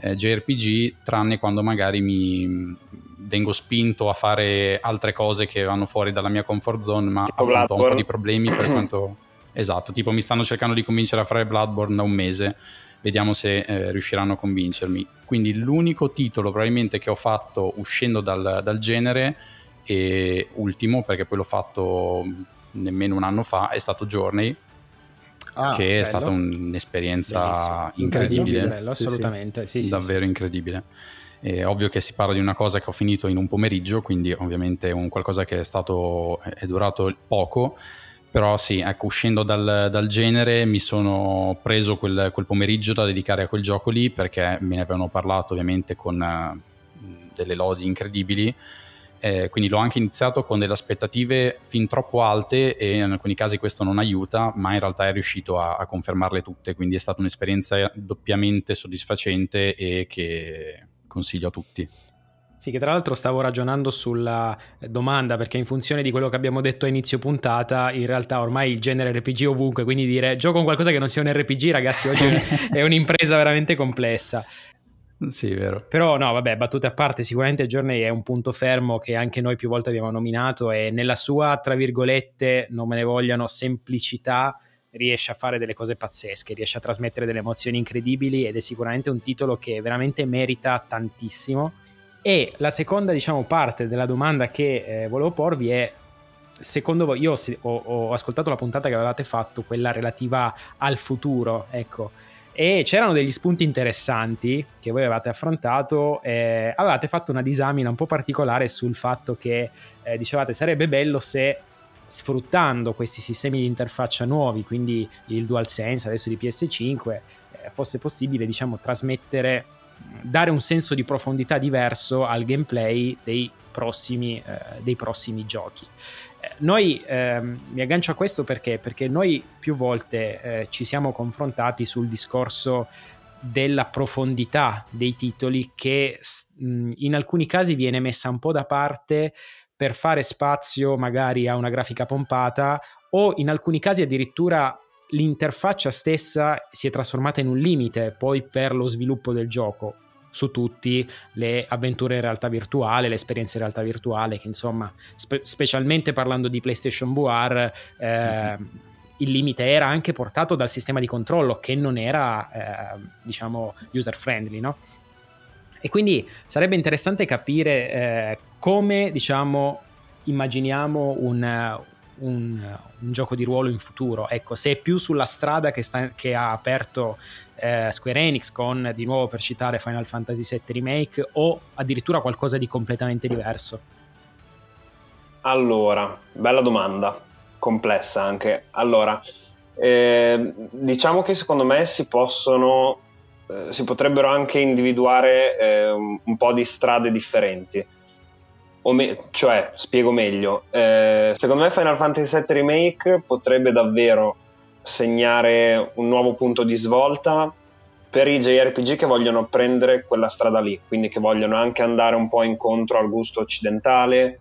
JRPG, tranne quando magari mi vengo spinto a fare altre cose che vanno fuori dalla mia comfort zone, ma tipo appunto ho un po' di problemi per quanto... Esatto, tipo mi stanno cercando di convincere a fare Bloodborne da un mese, vediamo se riusciranno a convincermi. Quindi l'unico titolo probabilmente che ho fatto uscendo dal genere e ultimo, perché poi l'ho fatto nemmeno un anno fa, è stato Journey, che è stata un'esperienza incredibile. Bello, assolutamente. Sì, davvero incredibile. È ovvio che si parla di una cosa che ho finito in un pomeriggio, quindi ovviamente un qualcosa che è durato poco, però sì, ecco, uscendo dal genere mi sono preso quel pomeriggio da dedicare a quel gioco lì, perché me ne avevano parlato ovviamente con delle lodi incredibili. Quindi l'ho anche iniziato con delle aspettative fin troppo alte e in alcuni casi questo non aiuta, ma in realtà è riuscito a confermarle tutte, quindi è stata un'esperienza doppiamente soddisfacente e che consiglio a tutti. Sì, che tra l'altro stavo ragionando sulla domanda, perché in funzione di quello che abbiamo detto a inizio puntata, in realtà ormai il genere RPG ovunque, quindi dire gioco con qualcosa che non sia un RPG, ragazzi, oggi è un'impresa veramente complessa. Sì, vero. Però no, vabbè, battute a parte, sicuramente Journey è un punto fermo che anche noi più volte abbiamo nominato e nella sua, tra virgolette, non me ne vogliano, semplicità riesce a fare delle cose pazzesche, riesce a trasmettere delle emozioni incredibili ed è sicuramente un titolo che veramente merita tantissimo. E la seconda, diciamo, parte della domanda che volevo porvi è: secondo voi, io ho ascoltato la puntata che avevate fatto, quella relativa al futuro, ecco, e c'erano degli spunti interessanti che voi avevate affrontato. Avevate fatto una disamina un po' particolare sul fatto che dicevate sarebbe bello se, sfruttando questi sistemi di interfaccia nuovi, quindi il DualSense adesso di PS5, fosse possibile, diciamo, trasmettere, dare un senso di profondità diverso al gameplay dei prossimi giochi. Noi mi aggancio a questo perché noi più volte ci siamo confrontati sul discorso della profondità dei titoli che in alcuni casi viene messa un po' da parte per fare spazio magari a una grafica pompata, o in alcuni casi addirittura l'interfaccia stessa si è trasformata in un limite poi per lo sviluppo del gioco. Su tutti le avventure in realtà virtuale, le esperienze in realtà virtuale, che insomma, specialmente parlando di PlayStation VR, il limite era anche portato dal sistema di controllo che non era diciamo user friendly, no? E quindi sarebbe interessante capire come, diciamo, immaginiamo un gioco di ruolo in futuro. Ecco, se è più sulla strada che ha aperto Square Enix con, di nuovo per citare, Final Fantasy VII Remake, o addirittura qualcosa di completamente diverso. Allora, bella domanda, complessa anche. Allora, diciamo che secondo me si potrebbero anche individuare un po' di strade differenti. Cioè, spiego meglio. Secondo me Final Fantasy VII Remake potrebbe davvero segnare un nuovo punto di svolta per i JRPG che vogliono prendere quella strada lì, quindi che vogliono anche andare un po' incontro al gusto occidentale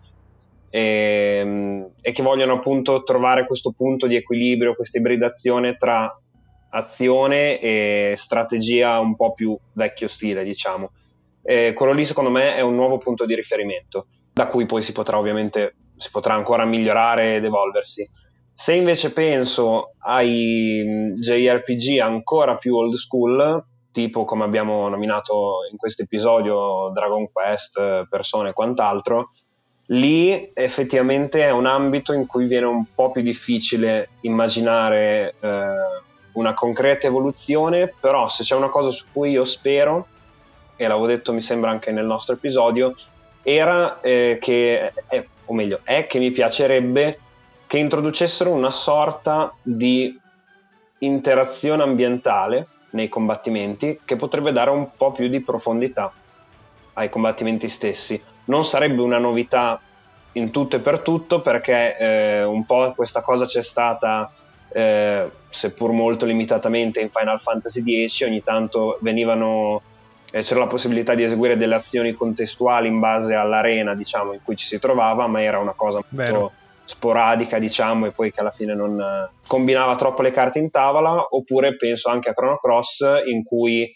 e che vogliono appunto trovare questo punto di equilibrio, questa ibridazione tra azione e strategia un po' più vecchio stile, diciamo. Quello lì secondo me è un nuovo punto di riferimento, da cui poi si potrà ancora migliorare ed evolversi. Se invece penso ai JRPG ancora più old school, tipo come abbiamo nominato in questo episodio Dragon Quest, Persona e quant'altro, lì effettivamente è un ambito in cui viene un po' più difficile immaginare una concreta evoluzione, però se c'è una cosa su cui io spero, e l'avevo detto mi sembra anche nel nostro episodio, era è che mi piacerebbe che introducessero una sorta di interazione ambientale nei combattimenti che potrebbe dare un po' più di profondità ai combattimenti stessi. Non sarebbe una novità in tutto e per tutto, perché un po' questa cosa c'è stata, seppur molto limitatamente, in Final Fantasy X. Ogni tanto c'era la possibilità di eseguire delle azioni contestuali in base all'arena, diciamo, in cui ci si trovava, ma era una cosa molto sporadica, diciamo, e poi che alla fine non combinava troppo le carte in tavola. Oppure penso anche a Chrono Cross, in cui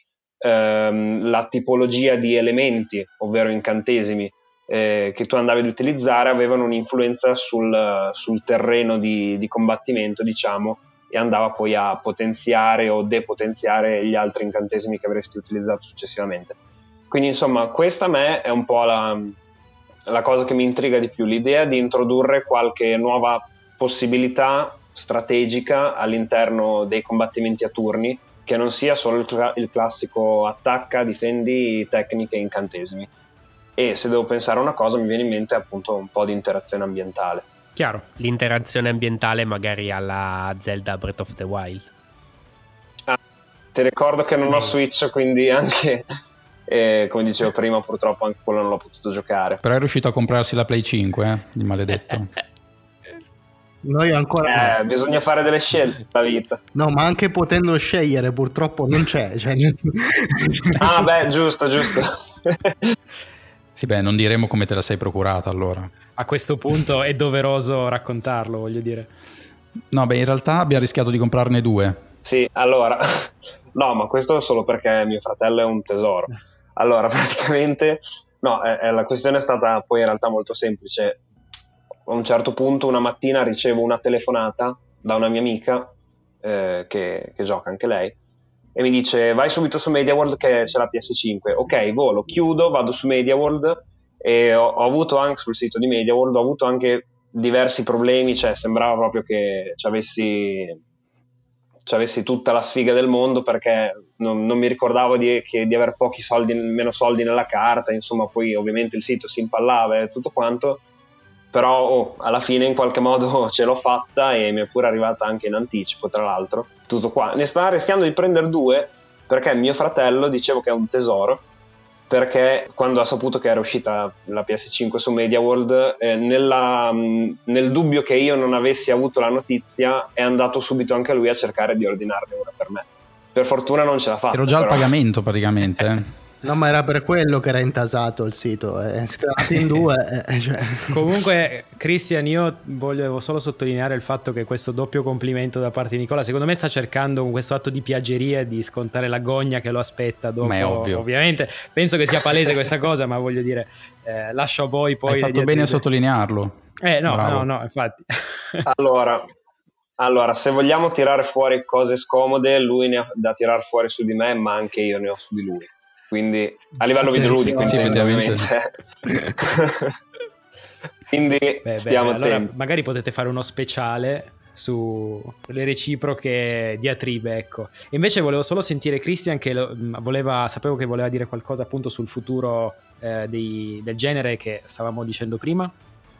la tipologia di elementi, ovvero incantesimi, che tu andavi ad utilizzare avevano un'influenza sul terreno di combattimento, diciamo, e andava poi a potenziare o depotenziare gli altri incantesimi che avresti utilizzato successivamente. Quindi insomma, questa a me è un po' la cosa che mi intriga di più, l'idea di introdurre qualche nuova possibilità strategica all'interno dei combattimenti a turni, che non sia solo il classico attacca, difendi, tecniche e incantesimi. E se devo pensare a una cosa, mi viene in mente appunto un po' di interazione ambientale. Chiaro, l'interazione ambientale magari alla Zelda Breath of the Wild. Ti ricordo che non ho Switch, quindi anche, come dicevo prima, purtroppo anche quello non l'ho potuto giocare. Però è riuscito a comprarsi la Play 5, il maledetto. Noi ancora bisogna fare delle scelte nella vita. No, ma anche potendo scegliere purtroppo non c'è, cioè... Ah beh, giusto. Sì, beh, non diremo come te la sei procurata allora. A questo punto è doveroso raccontarlo, voglio dire. No, beh, in realtà abbiamo rischiato di comprarne 2. Sì, allora, no, ma questo solo perché mio fratello è un tesoro. Allora, praticamente, no, la questione è stata poi in realtà molto semplice. A un certo punto, una mattina, ricevo una telefonata da una mia amica, che gioca anche lei, e mi dice: vai subito su MediaWorld che c'è la PS5. Ok, volo, chiudo, vado su MediaWorld, e ho avuto anche sul sito di MediaWorld, ho avuto anche diversi problemi, cioè sembrava proprio che ci avessi tutta la sfiga del mondo, perché non mi ricordavo di aver pochi soldi, meno soldi nella carta, insomma. Poi ovviamente il sito si impallava e tutto quanto, però alla fine in qualche modo ce l'ho fatta, e mi è pure arrivata anche in anticipo, tra l'altro. Tutto qua. Ne stava rischiando di prendere 2, perché mio fratello, dicevo che è un tesoro, perché quando ha saputo che era uscita la PS5 su MediaWorld, nel dubbio che io non avessi avuto la notizia, è andato subito anche lui a cercare di ordinarne una per me. Per fortuna non ce l'ha fatta. Ero già al pagamento praticamente. No, ma era per quello che era intasato il sito, in 2. Cioè. Comunque, Christian, io volevo solo sottolineare il fatto che questo doppio complimento da parte di Nicola, secondo me sta cercando con questo atto di piaggeria di scontare la gogna che lo aspetta dopo. Ma è ovvio. Ovviamente penso che sia palese questa cosa, ma voglio dire, lascio a voi poi. Hai fatto bene a sottolinearlo. No, infatti. Allora, se vogliamo tirare fuori cose scomode, lui ne ha da tirar fuori su di me, ma anche io ne ho su di lui. Quindi a livello videoludico, sì, ovviamente. Quindi stiamo allora attenti. magari potete fare uno speciale sulle reciproche diatribe, ecco. E invece volevo solo sentire Christian che sapevo che voleva dire qualcosa appunto sul futuro del genere che stavamo dicendo prima.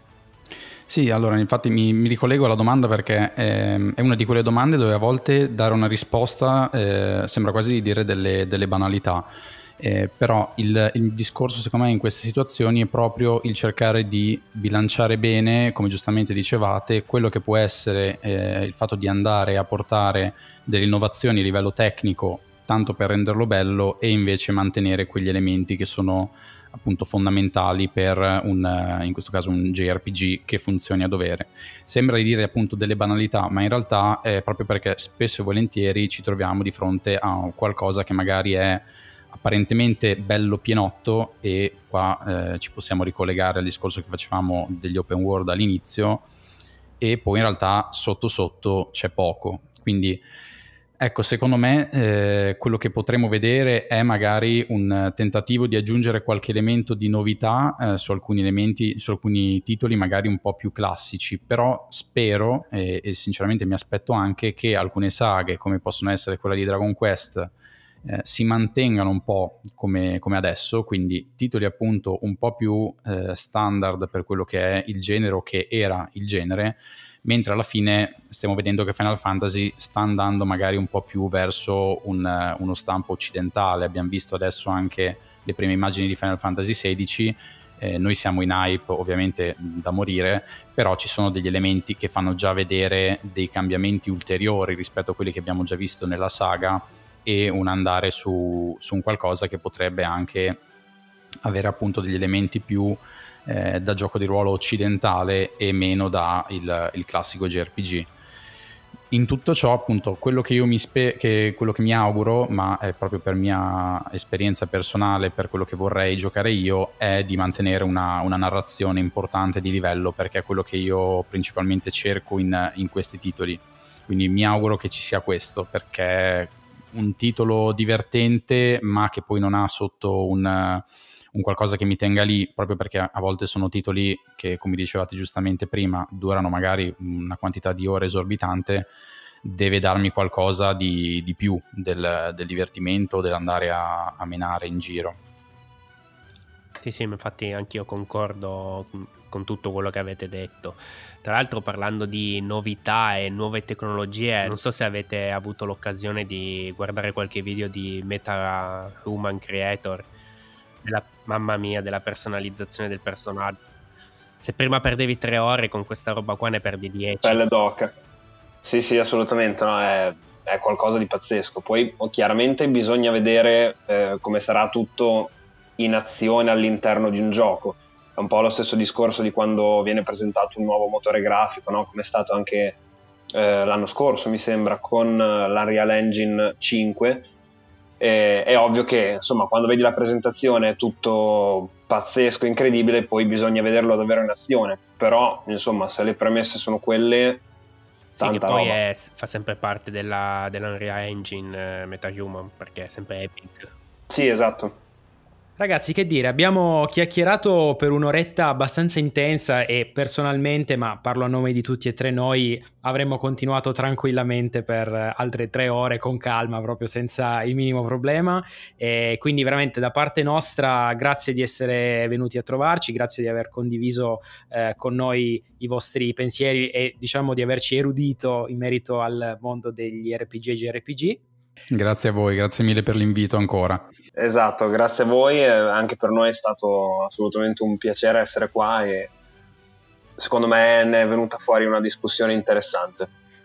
Sì, allora infatti mi ricollego alla domanda perché è una di quelle domande dove a volte dare una risposta sembra quasi di dire delle banalità. Però il discorso secondo me in queste situazioni è proprio il cercare di bilanciare bene, come giustamente dicevate, quello che può essere il fatto di andare a portare delle innovazioni a livello tecnico tanto per renderlo bello e invece mantenere quegli elementi che sono appunto fondamentali per in questo caso un JRPG che funzioni a dovere. Sembra di dire appunto delle banalità, ma in realtà è proprio perché spesso e volentieri ci troviamo di fronte a qualcosa che magari è apparentemente bello pienotto, e qua ci possiamo ricollegare al discorso che facevamo degli open world all'inizio, e poi in realtà sotto sotto c'è poco. Quindi ecco, secondo me quello che potremo vedere è magari un tentativo di aggiungere qualche elemento di novità su alcuni elementi, su alcuni titoli magari un po' più classici, però spero e sinceramente mi aspetto anche che alcune saghe come possono essere quella di Dragon Quest si mantengano un po' come adesso, quindi titoli appunto un po' più standard per quello che è il genere o che era il genere, mentre alla fine stiamo vedendo che Final Fantasy sta andando magari un po' più verso uno stampo occidentale. Abbiamo visto adesso anche le prime immagini di Final Fantasy XVI, noi siamo in hype ovviamente da morire, però ci sono degli elementi che fanno già vedere dei cambiamenti ulteriori rispetto a quelli che abbiamo già visto nella saga, e un andare su un qualcosa che potrebbe anche avere appunto degli elementi più da gioco di ruolo occidentale e meno da il classico JRPG. In tutto ciò appunto quello che io quello che mi auguro, ma è proprio per mia esperienza personale, per quello che vorrei giocare io, è di mantenere una narrazione importante di livello, perché è quello che io principalmente cerco in questi titoli. Quindi mi auguro che ci sia questo, perché un titolo divertente ma che poi non ha sotto un qualcosa che mi tenga lì, proprio perché a volte sono titoli che, come dicevate giustamente prima, durano magari una quantità di ore esorbitante, deve darmi qualcosa di più del divertimento, dell'andare a menare in giro. Sì, infatti anch'io concordo con tutto quello che avete detto. Tra l'altro, parlando di novità e nuove tecnologie, non so se avete avuto l'occasione di guardare qualche video di Meta Human Creator, mamma mia, della personalizzazione del personaggio. Se prima perdevi 3 ore, con questa roba qua ne perdi 10. Pelle d'oca. Sì, assolutamente, no, è qualcosa di pazzesco. Poi chiaramente bisogna vedere come sarà tutto in azione all'interno di un gioco. È un po' lo stesso discorso di quando viene presentato un nuovo motore grafico, no? Come è stato anche l'anno scorso, mi sembra, con l'Unreal Engine 5. È ovvio che insomma quando vedi la presentazione è tutto pazzesco, incredibile, poi bisogna vederlo davvero in azione. Però insomma, se le premesse sono quelle, sì, tanta che poi roba. fa sempre parte dell'Unreal Engine MetaHuman, perché è sempre Epic. Sì, esatto. Ragazzi, che dire, abbiamo chiacchierato per un'oretta abbastanza intensa e personalmente, ma parlo a nome di tutti e tre noi, avremmo continuato tranquillamente per altre 3 ore con calma, proprio senza il minimo problema. E quindi veramente da parte nostra grazie di essere venuti a trovarci, grazie di aver condiviso con noi i vostri pensieri e diciamo di averci erudito in merito al mondo degli RPG e JRPG. Grazie a voi, grazie mille per l'invito ancora. Esatto, grazie a voi, anche per noi è stato assolutamente un piacere essere qua e secondo me ne è venuta fuori una discussione interessante.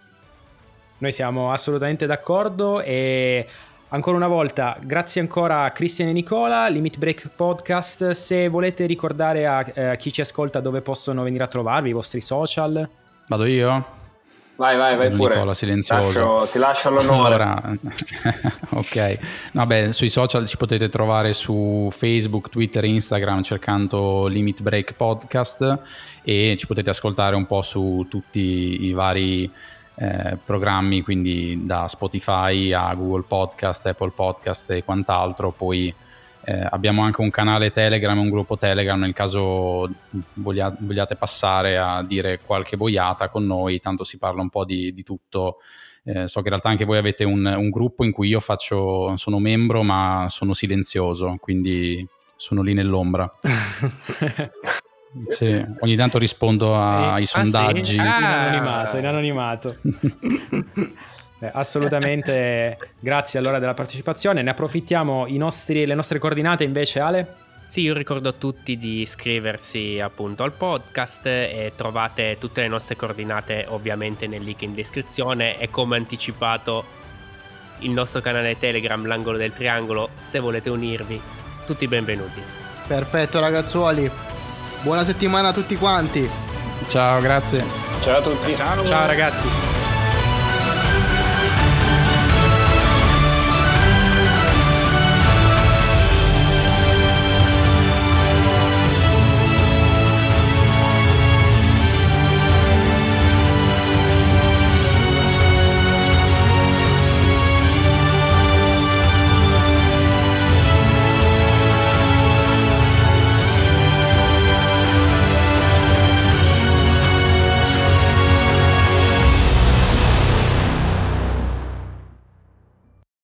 Noi siamo assolutamente d'accordo e ancora una volta grazie ancora a Christian e Nicola, Limit Break Podcast. Se volete ricordare a chi ci ascolta dove possono venire a trovarvi, i vostri social. Vado io? Vai pure. Nicola, silenzioso. Ti lascio l'onore. Allora, ok. Vabbè, sui social ci potete trovare su Facebook, Twitter e Instagram cercando Limit Break Podcast, e ci potete ascoltare un po' su tutti i vari programmi, quindi da Spotify a Google Podcast, Apple Podcast e quant'altro. Poi Abbiamo anche un canale Telegram, un gruppo Telegram nel caso vogliate passare a dire qualche boiata con noi, tanto si parla un po' di tutto. So che in realtà anche voi avete un gruppo in cui io sono membro ma sono silenzioso, quindi sono lì nell'ombra. Sì, ogni tanto rispondo ai sondaggi. Sì? In anonimato. Assolutamente. Grazie allora della partecipazione. Ne approfittiamo le nostre coordinate invece, Ale? Sì, io ricordo a tutti di iscriversi appunto al podcast e trovate tutte le nostre coordinate ovviamente nel link in descrizione, e come anticipato il nostro canale Telegram, l'angolo del triangolo, se volete unirvi, tutti benvenuti. Perfetto ragazzuoli, buona settimana a tutti quanti. Ciao, grazie. Ciao a tutti. Ciao ragazzi.